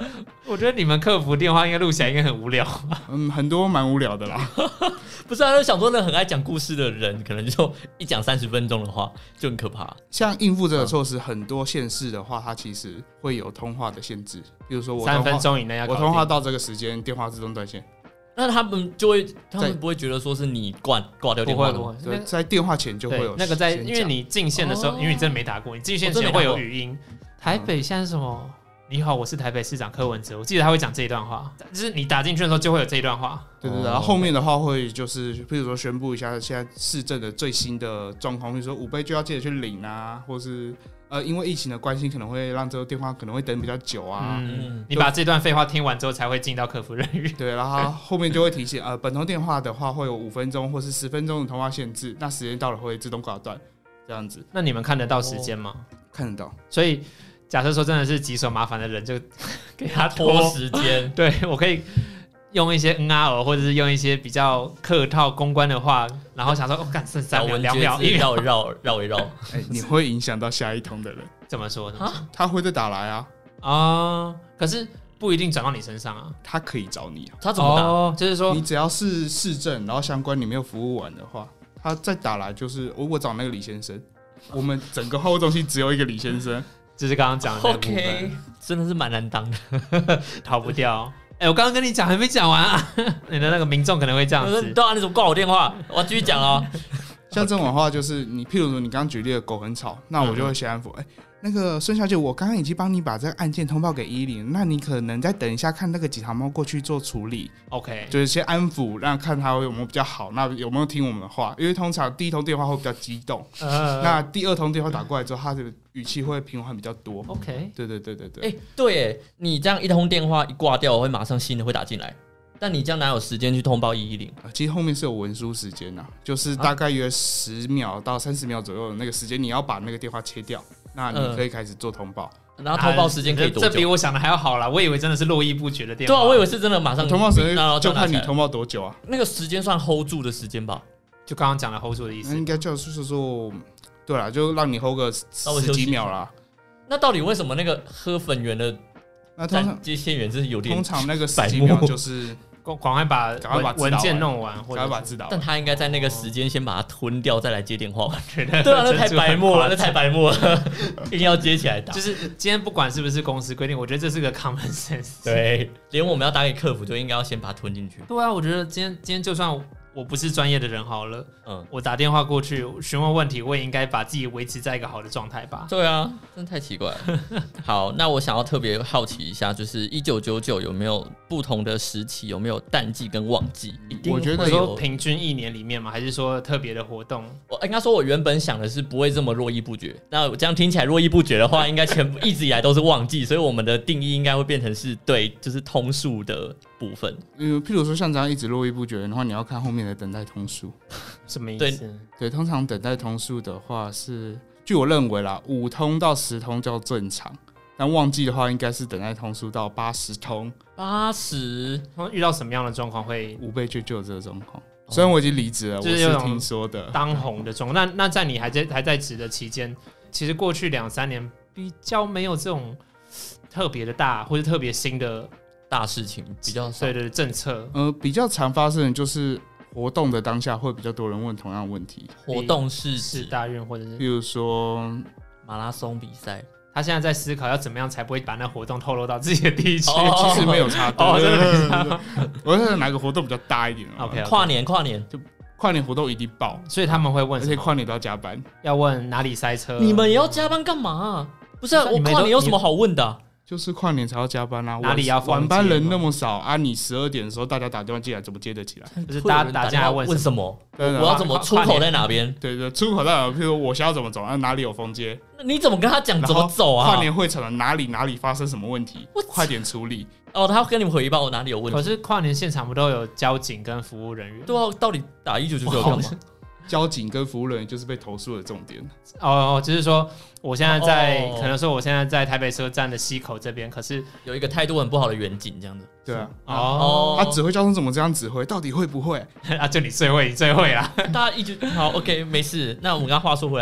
我觉得你们客服电话应该录起来应该很无聊。 嗯，很多蛮无聊的啦。 不是啊，就想说那很爱讲故事的人，可能就一讲三十分钟的话就很可怕。 像应付这个措施，很多县市的话，它其实会有通话的限制，比如说我三分钟以内要搞定我通话到这个时间，电话自动断线。 那他们就会，他们不会觉得说是你挂挂掉电话的吗？ 对，在电话前就会有那个在，因为你进线的时候， 哦、 因为你真的没打过，你进线前会有语音。台北现在是什么？你好，我是台北市长柯文哲。我记得他会讲这一段话，就是你打进去的时候就会有这一段话。 对对对，然后后面的话会就是，譬如说宣布一下现在市政的最新的状况，比如说五倍就要记得去领啊，或是呃因为疫情的关系，可能会让这个电话可能会等比较久啊。 嗯，你把这段废话听完之后才会进到客服人员。 对，然后后面就会提醒，呃，本通电话的话会有五分钟或是十分钟的通话限制，那时间到了会自动挂断，这样子。 那你们看得到时间吗？ 看得到， 所以。假设说真的是棘手麻烦的人，就给他拖时间。 对，我可以用一些嗯啊哦，或者是用一些比较客套公关的话，然后想说，哦，干剩三秒、两秒、一绕绕绕一绕， 哎、欸，你会影响到下一通的人。 怎么说呢？ 他会再打来啊。 啊，可是不一定转到你身上啊。 他可以找你啊。 他怎么打？ 哦、就是说， 你只要是市政，然后相关你没有服务完的话，他再打来就是我我找那个李先生。我们整个后中心只有一个李先生。 就是刚刚讲的那部分 ，OK， 真的是蛮难当的， 逃不掉。哎、欸，我刚刚跟你讲还没讲完啊，你的那个民众可能会这样子。 对啊，你怎么挂我电话？我要继续讲哦。 像这种的话，就是你，譬如说你刚刚举例的狗很吵，那我就会先安抚，哎、嗯欸，那个孙小姐，我刚刚已经帮你把这个案件通报给一零，那你可能再等一下，看那个几条猫过去做处理。 OK， 就是先安抚，让看他有没有比较好，那有没有听我们的话？因为通常第一通电话会比较激动，呃、那第二通电话打过来之后，他的语气会平缓比较多。 OK， 对对对对对。 哎、欸，对，哎，你这样一通电话一挂掉，我会马上新的会打进来。但你这样哪有时间去通报一一零？ 其实后面是有文书时间呐，就是大概约十秒到三十秒左右的那个时间，你要把那个电话切掉，那你可以开始做通报。 嗯、然后通报时间可以多久？ 这比我想的还要好啦，我以为真的是络绎不绝的电话。 对啊，我以为是真的马上通报时间，就看你通报多久啊。 那个时间算 hold 住的时间吧？ 就刚刚讲的 hold 住的意思。 那应该就是说，对啦，就让你 hold 个十几秒啦。 那到底为什么那个喝粉圆的那通常接线员是有点通常那个十几秒就是赶快把文件弄完，或者把知道。 但他应该在那个时间先把它吞掉，再来接电话。 对啊， 那太白目了，那太白目了，一定要接起来打。 就是今天不管是不是公司规定，我觉得这是个 common sense。 对，连我们要打给客服，就应该要先把它吞进去。 对啊，我觉得今天今天就算我不是专业的人好了， 嗯， 我打电话过去询问问题，我也应该把自己维持在一个好的状态吧？ 对啊，真的太奇怪了。好，那我想要特别好奇一下，就是一九九九有没有不同的时期，有没有淡季跟旺季？ 我觉得说平均一年里面吗？还是说特别的活动？ 我应该说，我原本想的是不会这么络绎不绝。那这样听起来络绎不绝的话，应该全部一直以来都是旺季，所以我们的定义应该会变成是对，就是通数的部分。 嗯，譬如说像这样一直络绎不绝的话，你要看后面的等待通数。 什么意思？ 对，对，通常等待通数的话是，据我认为啦，五通到十通叫正常，但旺季的话应该是等待通数到八十通。 八十， 遇到什么样的状况会五倍就就这个状况？虽然我已经离职了， 就是我是听说的当红的状况。那那在你还在还在职的期间，其实过去两三年比较没有这种特别的大或者特别新的大事情，比较少。 对对，政策。 呃，比较常发生的就是活动的当下会比较多人问同样的问题。 活动是是大运或者是， 比如说马拉松比赛。 他现在在思考要怎么样才不会把那活动透露到自己的地区。 哦、其实没有差多。 哦，真的没差。 我在哪个活动比较大一点 ？OK， 跨年，跨年就跨年活动一定爆， 所以他们会问， 而且跨年都要加班， 要问哪里塞车。 你们也要加班干嘛、啊？不是、啊，我跨年有什么好问的、啊？ 就是跨年才要加班啊！ 哪里要晚班人那么少啊？你十二点的时候大家打电话进来，怎么接得起来？ 就是大家打进来问问什么？我要怎么出口在哪边？ 对对，出口在哪？譬如我想要怎么走，啊哪里有封街？ 那你怎么跟他讲怎么走啊？ 跨年会场的哪里哪里发生什么问题？快点处理！ 哦，他要跟你们回报哪里有问题。 可是跨年现场不都有交警跟服务人员？ 对啊，到底打一九九九干嘛？ 交警跟服务人员就是被投诉的重点。 哦，就是说，我现在在、哦，可能说我现在在台北车站的西口这边，可是有一个态度很不好的远景，这样子。 对啊， 哦， 他指挥交通怎么这样指挥？到底会不会？ 啊，就你最会，你最会啦。 大家一直好 ，OK， 没事。那我们刚刚话说回来，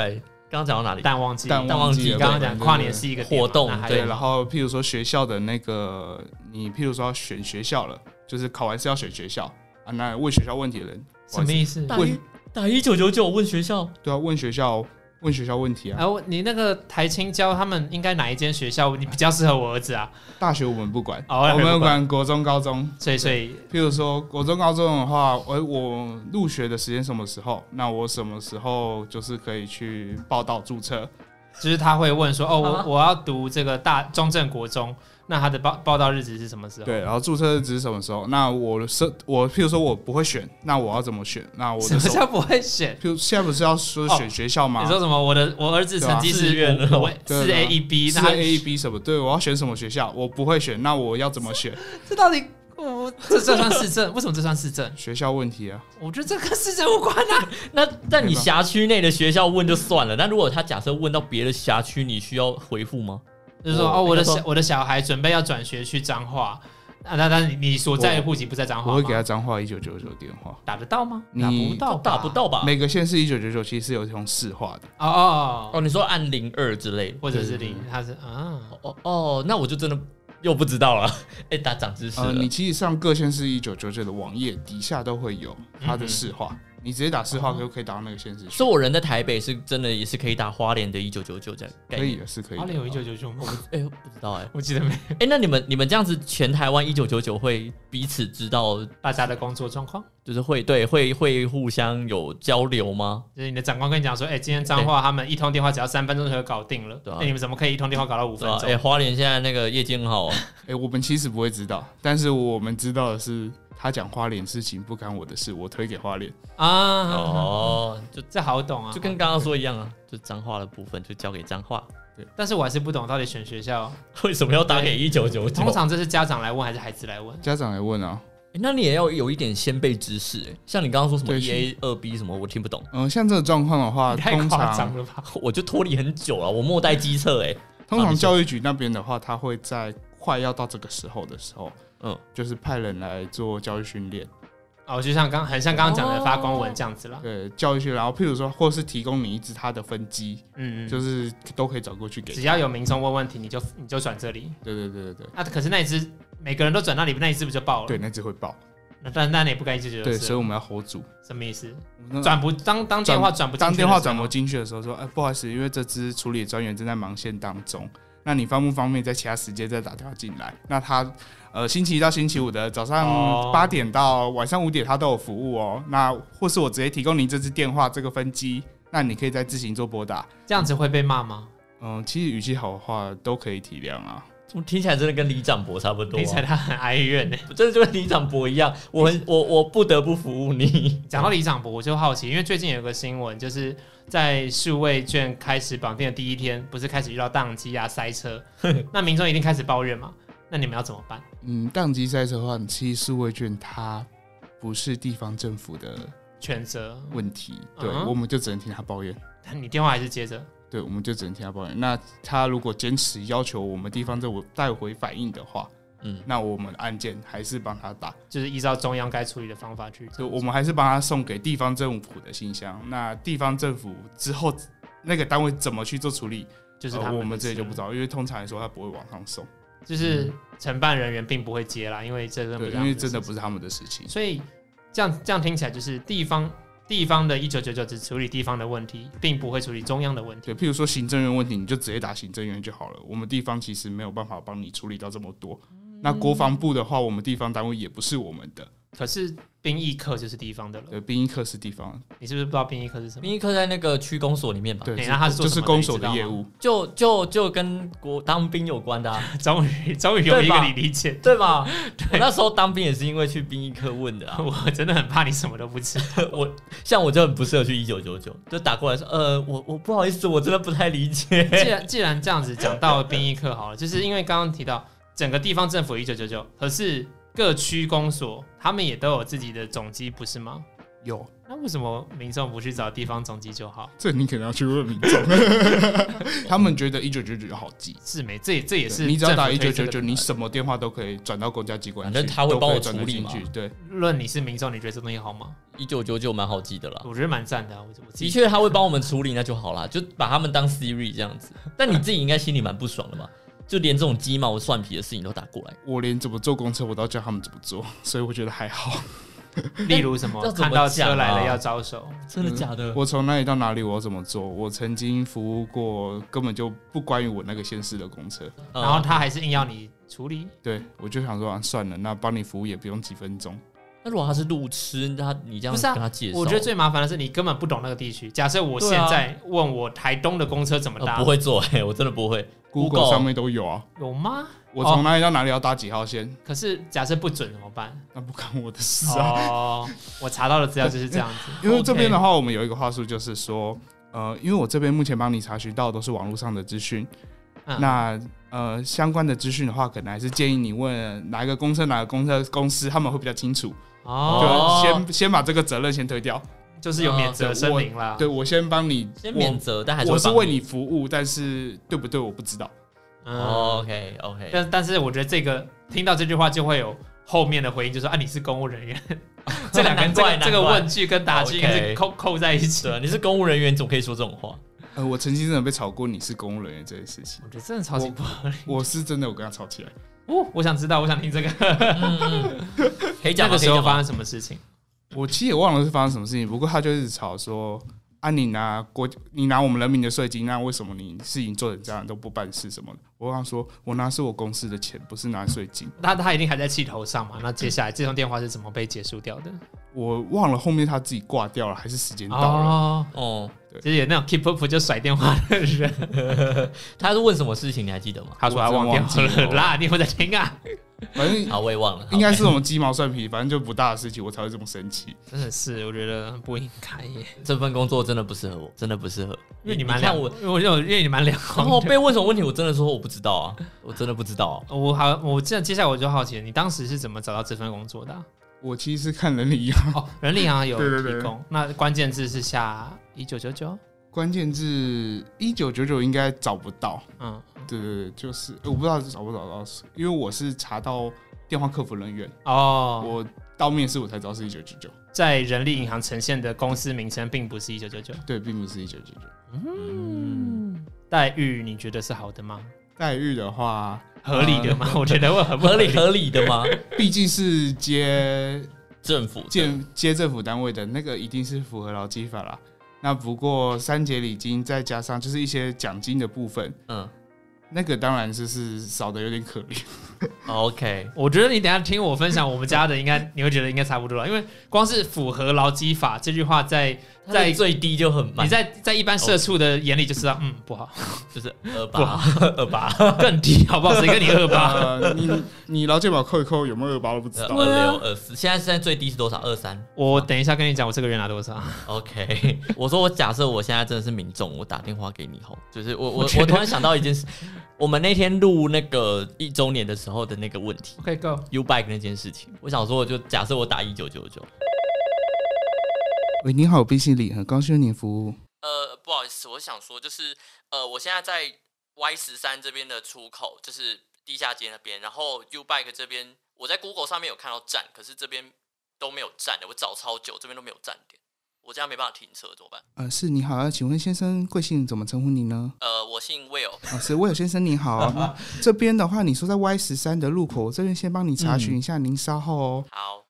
刚刚讲到哪里？ 但忘记， 但忘记了刚刚讲跨年是一个活动， 对，然后譬如说学校的那个，你譬如说要选学校了，就是考完试要选学校啊，那问学校问题的人什么意思？ 问打一九九九问学校， 对啊，问学校问学校问题啊。 然后你那个台清交他们应该哪一间学校你比较适合我儿子啊？ 大学我们不管， 哦、 我们管国中、高中。 所以所以， 譬如说国中、高中的话，我我入学的时间什么时候？那我什么时候就是可以去报到注册？ 就是他会问说，哦，我我要读这个大中正国中，那他的报报到日子是什么时候？ 对，然后注册日子是什么时候？那我是我，譬如说我不会选，那我要怎么选？那我的什么叫不会选？ 譬如现在不是要说选学校吗？ 哦、你说什么？我的我儿子成绩是五四 A 一 B， 四 A 一 B 什么？对，我要选什么学校？我不会选，那我要怎么选？ 这到底？哦、这这算市政？为什么这算市政？ 学校问题啊！ 我觉得这跟市政无关啊。 那在你辖区内的学校问就算了，那如果他假设问到别的辖区，你需要回复吗？ 就是说，哦，我的小我的小孩准备要转学去彰化，啊，那但你所在的户籍不在彰化， 我会给他彰化一九九九电话， 打得到吗？ 打不到， 打不到吧？ 每个县市一九九九其实是有用市话的。 哦哦哦，你说按零二之类的， 或者是零，他是啊， 哦哦，那我就真的。又不知道了，哎、欸，打长知识了。 呃，你其实上各县市一九九九的网页底下都会有它的市话，嗯、你直接打市话就可以打到那个县市。 所以我人在台北是真的也是可以打花莲的一九九九这样。 可以的，是可以的。 花莲有一九九九吗？ 哎、欸，不知道哎、欸， 我记得没。 哎、欸，那你们你们这样子，全台湾一九九九会彼此知道大家的工作状况？ 就是会对会会互相有交流吗？ 就是你的长官跟你讲说，哎、欸，今天彰化他们一通电话只要三分钟就可以搞定了，那、啊欸、你们怎么可以一通电话搞到五分钟？ 哎、欸，花莲现在那个业绩很好哦。 哎、欸，我们其实不会知道，但是我们知道的是，他讲花莲事情不干我的事，我推给花莲啊。 哦， 就这好懂啊， 就跟刚刚说一样啊，就彰化的部分就交给彰化。 对，但是我还是不懂到底选学校为什么要打给一九九九？ 通常这是家长来问还是孩子来问？ 家长来问啊。 欸、那你也要有一点先辈知识哎、欸，像你刚刚说什么一 A 二 B 什么，我听不懂。 嗯，像这个状况的话， 太夸张了吧？ 我就脱离很久了，我末代机测哎。 通常教育局那边的话，他会在快要到这个时候的时候，嗯，就是派人来做教育训练。 哦，就像刚很像刚刚讲的发公文这样子啦。 对，教育训练，然后譬如说，或是提供你一支他的分机，嗯嗯，就是都可以找过去给。 只要有民众问问题，你就你就转这里。 对对对对对。 啊，可是那一支每个人都转那里，那一支不就爆了？ 对，那支会爆。 那但那你也不该一直觉得。 对，所以我们要 hold 住。 什么意思？转不当当电话转不当电话转不进去的时候说，哎，不好意思，因为这支处理专员正在忙线当中，那你方不方便在其他时间再打电话进来？那他呃星期一到星期五的早上八点到晚上五点他都有服务哦。那或是我直接提供您这支电话这个分机，那你可以再自行做拨打。 这样子会被骂吗？ 嗯，其实语气好的话都可以体谅啊。 我听起来真的跟李长博差不多、啊， 听起来他很哀怨呢， 真的就跟李长博一样，我很我我不得不服务你。 讲到李长博，我就好奇，因为最近有个新闻，就是在数位券开始绑定的第一天，不是开始遇到宕机啊、塞车，那民众一定开始抱怨嘛？那你们要怎么办？ 嗯，宕机塞车的话，其实数位券它不是地方政府的全责问题，对、 嗯， 我们就只能听他抱怨。 你电话还是接着？ 对，我们就只能听他抱怨。那他如果坚持要求我们地方政府带回反应的话，嗯，那我们案件还是帮他打， 就是依照中央该处理的方法去。 就我们还是帮他送给地方政府的信箱。那地方政府之后那个单位怎么去做处理， 就是他们、 呃、我们这里就不知道，因为通常来说他不会往上送， 就是承办人员并不会接啦，因为这个对，因为真的不是他们的事情。 所以这样这样听起来就是地方。地方的一九九九只处理地方的问题，并不会处理中央的问题。 对，譬如说行政院问题，你就直接打行政院就好了。我们地方其实没有办法帮你处理到这么多。嗯、那国防部的话，我们地方单位也不是我们的。 可是兵役课就是地方的了。 对，兵役课是地方。 你是不是不知道兵役课是什么？ 兵役课在那个区公所里面吧？ 对， 欸、那他是做就是公所的业务， 就就就跟国当兵有关的啊。 终于终于有一个你理解， 对吧？对，我那时候当兵也是因为去兵役课问的啊。 我真的很怕你什么都不知道。 我像我就很不适合去一九九九，就打过来说，呃，我我不好意思，我真的不太理解。 既然既然这样子讲到兵役课好了，就是因为刚刚提到整个地方政府一九九九，可是各区公所他们也都有自己的总机，不是吗？ 有。 那为什么民众不去找地方总机就好？ 这你可能要去问民众，他们觉得一九九九好记， 是没？这这也是你只要打一九九九，你什么电话都可以转到公家机关去， 反正他会帮我处理嘛。 对， 论你是民众，你觉得这东西好吗？ 一九九九蛮好记的啦， 我觉得蛮赞的、啊。我的确，他会帮我们处理，那就好啦，就把他们当 Siri 这样子。但你自己应该心里蛮不爽的吧？就连这种鸡毛蒜皮的事情都打过来， 我连怎么坐公车我都教他们怎么做，所以我觉得还好。 例如什么， 怎么看到车来了要招手， 真的假的？ 嗯、我从哪里到哪里，我要怎么做？我曾经服务过根本就不关于我那个县市的公车， 然后他还是硬要你处理。 对，我就想说、啊、算了，那帮你服务也不用几分钟。 那如果他是路痴，他你这样跟他介绍、 啊，我觉得最麻烦的是你根本不懂那个地区。假设我现在问我台东的公车怎么搭， 啊呃、不会做哎、欸，我真的不会。 Google 上面都有啊， 有吗？ 我从哪里到哪里要搭几号线？ 哦、可是假设不准怎么办？ 那不干我的事啊。 哦，我查到的资料就是这样子。 因为这边的话，我们有一个话术，就是说，呃，因为我这边目前帮你查询到的都是网络上的资讯，嗯、那呃相关的资讯的话，可能还是建议你问哪一个公车、哪个公车公司，他们会比较清楚。哦，就先先把这个责任先推掉。 就是有免责声明啦。 对，我先帮你， 先免责，但还是我是为你服务，但是对不对我不知道。 嗯、OK OK， 但但是我觉得这个听到这句话就会有后面的回应，就是说啊你是公务人员，这两个这个这个问句跟答句应该是扣扣在一起。 对，你是公务人员，怎么可以说这种话？ 呃，我曾经真的被吵过，你是公务人员这件事情， 我觉得真的超级不合理。 我, 我是真的有跟他吵起来。 哦，我想知道，我想听这个。嗯嗯、可以讲那个时候发生什么事情？ 我其实也忘了是发生什么事情，不过他就一直吵说啊，你拿国你拿我们人民的税金，那为什么你事情做成这样都不办事什么的？我跟他说，我拿是我公司的钱，不是拿税金。 他他一定还在气头上嘛？那接下来这通电话是怎么被结束掉的？ 我忘了后面他自己挂掉了，还是时间到了？哦， 哦就是有那种 keep up 就甩电话的人。 他是问什么事情？你还记得吗？ 他说他忘掉了啦，你有在听啊？ 反正好，我也忘了， 应该是什么鸡毛蒜皮，反正就不大的事情，我才会这么生气。 真的是，我觉得不应该耶。 这份工作真的不适合我，真的不适合。 因为你蛮两，我因为因为你蛮两。 然后被问什么问题，我真的说我不知道啊，我真的不知道、啊。 我好，我这接下来我就好奇了，你当时是怎么找到这份工作的、啊？ 我其实是看人力银行哦，人力银行有提供。 对对对， 那关键字是下一九九九。 关键字一九九九应该找不到。 嗯， 对对对，就是我不知道找不找到，因为我是查到电话客服人员哦， 我到面试我才知道是一九九九。 在人力银行呈现的公司名称并不是一九九九， 对，并不是一九九九。 嗯，待遇你觉得是好的吗？ 待遇的话， 合理的吗？呃、我觉得会很合理合理的吗？ 毕竟是接政府接接政府单位的那个，一定是符合劳基法啦。那不过三节礼金再加上就是一些奖金的部分，嗯，那个当然就是少的有点可怜。 OK， 我觉得你等一下听我分享我们家的，应该你会觉得应该差不多了，因为光是符合劳基法这句话在，在在最低就很慢， 你在在一般社畜的眼里就知道， okay. 嗯，不好， 就是二八二八更低，好不好？谁跟你二八？ 呃，你你劳健保扣一扣有没有二八都不知道。 二六二四，现在现在最低是多少？二三。 我等一下跟你讲，我这个月拿多少 ？OK， 我说我假设我现在真的是民众，我打电话给你后，就是我我我突然想到一件事。我们那天录那个一周年的时候的那个问题 ，OK go U bike 那件事情，我想说，我就假设我打一九九九。 喂，你好，冰淇淋，很高兴为您服务。 呃，不好意思，我想说，就是呃，我现在在 Y 十三这边的出口，就是地下街那边，然后 U bike 这边，我在 Google 上面有看到站，可是这边都没有站的，我找超久，这边都没有站点。我这样没办法停车，怎么办？ 呃，是你好，请问先生贵姓？怎么称呼你呢？ 呃，我姓 Will。 哦，是 Will 先生，你好。这边的话，你说在 Y 十三的路口，我这边先帮你查询一下，嗯、您稍后哦。 好。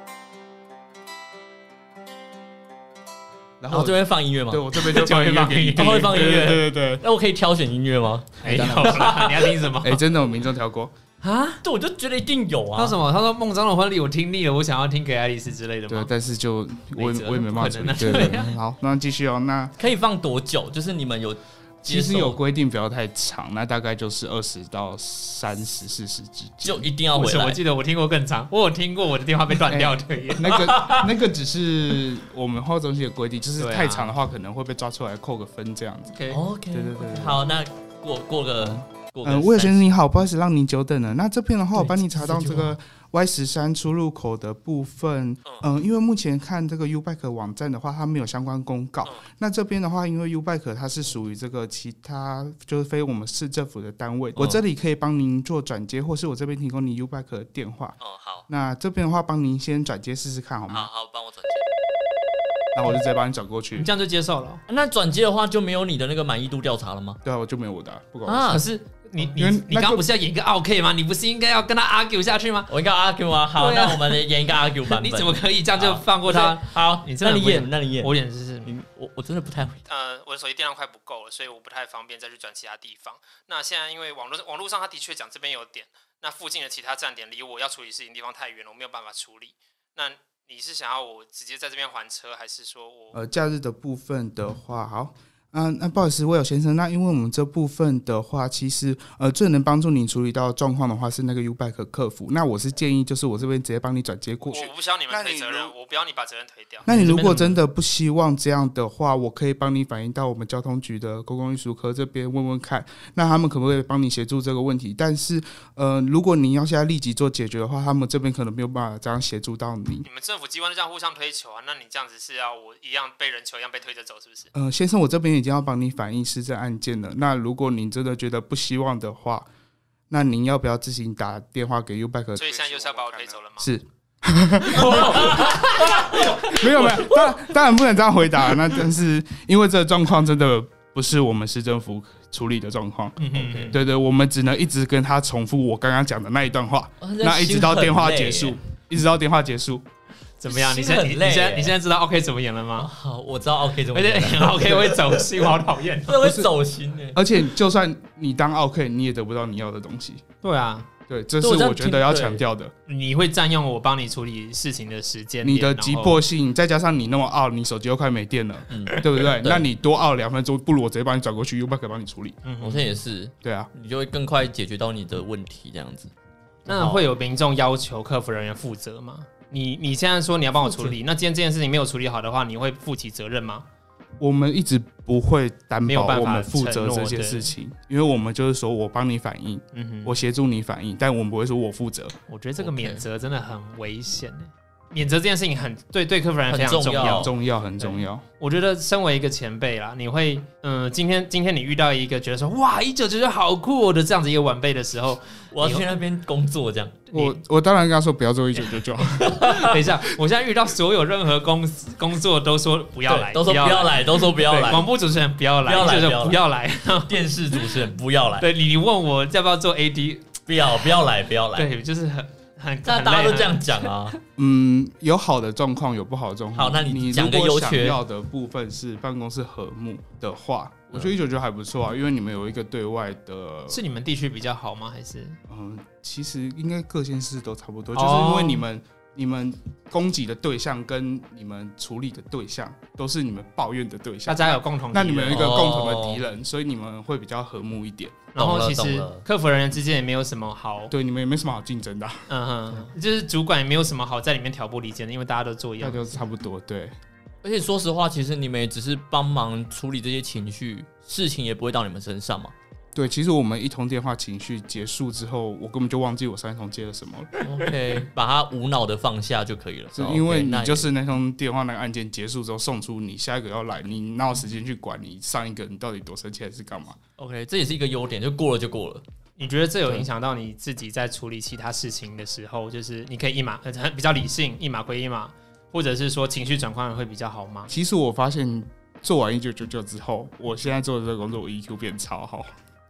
然后我这边放音乐吗？ 对，我这边就放音乐给你听。 会放音乐， 对对对。 那我可以挑选音乐吗？ 没有啦，你要听什么？ 哎、欸，真的，我民众挑过。 啊，对，我就觉得一定有啊。 他什么？他说孟章的婚礼我听腻了，我想要听给爱丽丝之类的吗？ 对，但是就我也我也没办法处理。对对对，好，那继续哦。那可以放多久？就是你们有其实有规定不要太长，那大概就是二十到三十、四十之间， 就一定要回来。 我记得我听过更长，我有听过我的电话被断掉的耶。 欸、那个那个只是我们后中心的规定，就是太长的话可能会被抓出来扣个分这样子。 OK OK， 对对对。 好，那过过个。 呃，威尔先生你好，不好意思让您久等了。那这边的话，我帮你查到这个 Y 十三出入口的部分，嗯、呃，因为目前看这个 U-Bike 网站的话，它没有相关公告。嗯、那这边的话，因为 U-Bike 它是属于这个其他就是非我们市政府的单位，嗯、我这里可以帮您做转接，或是我这边提供你 U-Bike 的电话。 哦，好。 那这边的话，帮您先转接试试看好吗？ 好好，帮我转接。 那我就直接帮你转过去， 你这样就接受了。 那转接的话就没有你的那个满意度调查了吗？ 对啊，我就没有我的、啊，不管、 啊。可是你你你刚刚不是要演一个 OK 吗？你不是应该要跟他 argue 下去吗？ 我应该 argue 吗？好，啊、那我们演一个 argue 版本。 你怎么可以这样就放过他？ 好， 你真的那你演，那你演， 我演就是你我我真的不太会。 呃，我的手机电量快不够了，所以我不太方便再去转其他地方。那现在因为网络网络上他的确讲这边有点，那附近的其他站点离我要处理事情的地方太远了，我没有办法处理。那你是想要我直接在这边还车，还是说我呃假日的部分的话，好，啊，那不好意思，威尔先生，那因为我们这部分的话，其实呃最能帮助你处理到状况的话是那个 U-Bike 客服。那我是建议，就是我这边直接帮你转接过去。 我不需要你们推责任，我不要你把责任推掉。 那你如果真的不希望这样的话，我可以帮你反映到我们交通局的公共运输科这边问问看，那他们可不可以帮你协助这个问题？但是呃，如果你要现在立即做解决的话，他们这边可能没有办法这样协助到你。 你们政府机关就这样互相推球啊？那你这样子是要我一样被人球一样被推着走，是不是？ 呃，先生，我这边已经要帮你反映市政案件了。那如果您真的觉得不希望的话，那您要不要自行打电话给 U-Bike？ 所以现在就是要把我推走了吗？ 是。没有没有，当然当然不能这样回答。那但是因为这个状况真的不是我们市政府处理的状况，嗯嗯，对对，我们只能一直跟他重复我刚刚讲的那一段话，哦、那一直到电话结束，一直到电话结束。 怎么样？你现在你你现在你现在知道 OK 怎么演了吗？ 好，我知道 OK 怎么演了。 而且演 OK 会走心，我好讨厌， 真的会走心哎。 而且就算你当 OK， 你也得不到你要的东西。 对啊。 对，这是我觉得要强调的。 你会占用我帮你处理事情的时间， 你的急迫性，再加上你那么傲，你手机又快没电了，嗯、对不对？那你多傲两分钟，不如我直接帮你转过去 ，U-Bike 帮你处理。 嗯，好像也是。 对啊， 你就会更快解决到你的问题，这样子。 那会有民众要求客服人员负责吗？你你现在说你要帮我处理，那今天这件事情没有处理好的话，你会负起责任吗？ 我们一直不会担保我们负责这些事情，因为我们就是说我帮你反映，嗯、我协助你反映，但我们不会说我负责。 我觉得这个免责真的很危险、欸，免责这件事情很对对客服人员非常重要， 重要很重要。 我觉得身为一个前辈啦，你会嗯、呃，今天今天你遇到一个觉得说哇一九九九好酷的这样子一个晚辈的时候， 我要去那边工作这样。 我我当然跟他说不要做一九九九。 等一下，我现在遇到所有任何公司工作都说不要来， 都说不要来，都说不要来。 广播主持人不要来，不要来，不要来。 电视主持人不要来。 对你问我要不要做 A D， 不要不要来，不要来。 对，就是很。 那大家都这样讲啊， 嗯，有好的状况，有不好的状况。 好，那你讲个优缺。 想要的部分是办公室和睦的话，我觉得一九九还不错啊，因为你们有一个对外的。 是你们地区比较好吗？还是？ 嗯，其实应该各县市都差不多，哦、就是因为你们你们攻击的对象跟你们处理的对象都是你们抱怨的对象， 大家有共同敌人， 那你们有一个共同的敌人，哦、所以你们会比较和睦一点。 然后其实客服人员之间也没有什么好， 对，你们也没什么好竞争的、啊， 嗯哼，就是主管也没有什么好在里面挑拨离间的，因为大家都做一样， 大家都差不多，对。 而且说实话，其实你们也只是帮忙处理这些情绪，事情也不会到你们身上嘛。 对，其实我们一通电话情绪结束之后，我根本就忘记我上一通接了什么了。 OK， 把它无脑的放下就可以了。 是因为你就是那通电话那个案件结束之后送出，你下一个要来，你哪有时间去管你上一个你到底多生气还是干嘛 ？OK， 这也是一个优点，就过了就过了。 你觉得这有影响到你自己在处理其他事情的时候，就是你可以一码比较理性，一码归一码，或者是说情绪转换会比较好吗？ 其实我发现做完一九九九之后，我现在做的这个工作，我 E Q 变超好。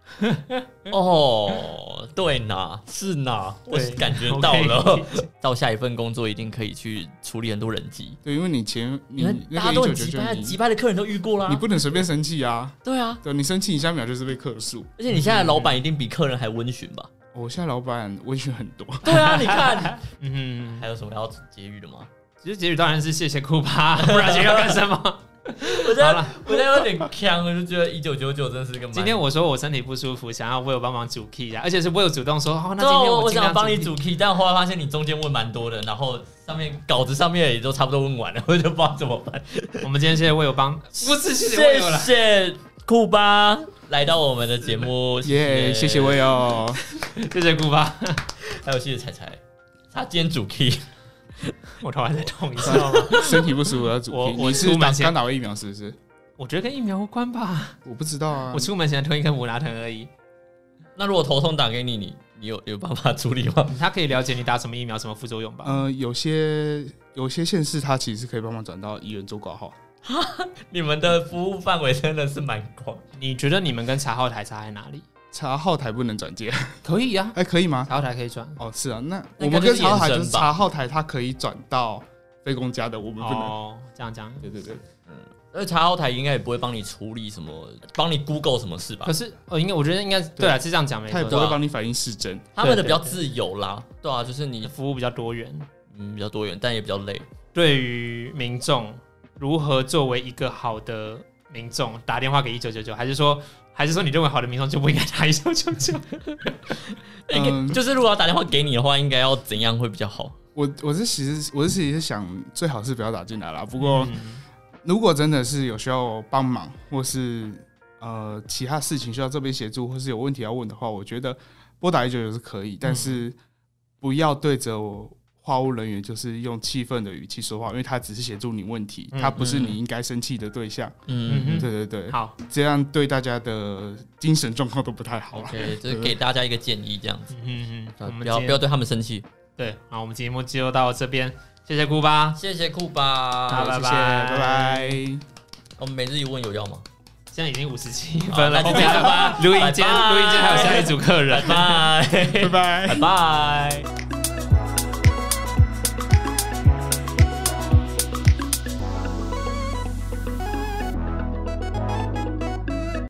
哦，对呐，是呐，我感觉到了。Okay. 到下一份工作一定可以去处理很多人际。 对，因为你前你大家都很急掰，急掰的客人都遇过啦。 你不能随便生气啊。 对啊， 对，你生气，你下一秒就是被客诉。 而且你现在的老板一定比客人还温驯吧？ 我现在老板温驯很多。 对啊，你看，嗯，还有什么要结语的吗？ 其实结语当然是谢谢酷吧，不然结语要干什么？ 我觉得我觉得有点呛，我就觉得一九九九真的是个。 今天我说我身体不舒服，想要Will帮忙主 key 啊，而且是Will主动说，哦，那今天我想帮你主 key， 但后来发现你中间问蛮多的，然后上面稿子上面也都差不多问完了，我就不知道怎么办。 我们今天谢谢Will帮，不是谢谢 Will 了， 谢谢酷吧。 来到我们的节目， 耶，谢谢威哦， 谢谢顾爸， 还有谢谢彩彩，他今天主 key， 我头还在痛，你知道吗？ 身体不舒服要主 key。 我我你是出门前打刚打过疫苗是不是？ 我觉得跟疫苗无关吧， 我不知道啊我，出门前吞一颗普拿疼而已。 那如果头痛打给你，你你有有办法处理吗？ 他可以了解你打什么疫苗、什么副作用吧？ 呃，有些有些县市它其实是可以帮忙转到医院做挂号。 你们的服务范围真的是蛮广。 你觉得你们跟查号台差在哪里？ 查号台不能转接， 可以啊， 哎，可以吗？ 查号台可以转。 哦，是啊，那那我们跟查号台就是应该就是延伸吧查号台，它可以转到非公家的，我们不能。 哦，这样讲。 对对对， 而查号台应该也不会帮你处理什么，帮你 Google 什么事吧可？是，呃，应该我觉得应该对啊，是这样讲没错。 他也不会帮你反映市政。 他们的比较自由啦，对啊，就是你服务比较多元， 嗯比较多元，但也比较累。 对于民众如何作为一个好的民众打电话给一九九九，还是说，还是说你认为好的民众就不应该打一九九九？ 嗯， 就是如果要打电话给你的话，应该要怎样会比较好？ 我我是其实我是其实想最好是不要打进来啦。不过、 嗯如果真的是有需要帮忙，或是呃其他事情需要这边协助，或是有问题要问的话，我觉得拨打一九九是可以，但是不要对着我话务人员就是用气愤的语气说话，因为他只是协助你问题， 嗯他不是你应该生气的对象。 嗯嗯对对对， 好， 这样对大家的精神状况都不太好啦。 ，OK，就是给大家一个建议，这样子， 嗯嗯，我们今天不要不要对他们生气。 对，好，我们节目就到这边，谢谢顾巴， 谢谢库巴， 好拜谢谢，拜拜。 我们每日一问有要吗？ 现在已经五十七分了， 好后面还有录音间， 拜拜录音间还有下一组客人， 拜拜， 拜拜拜拜。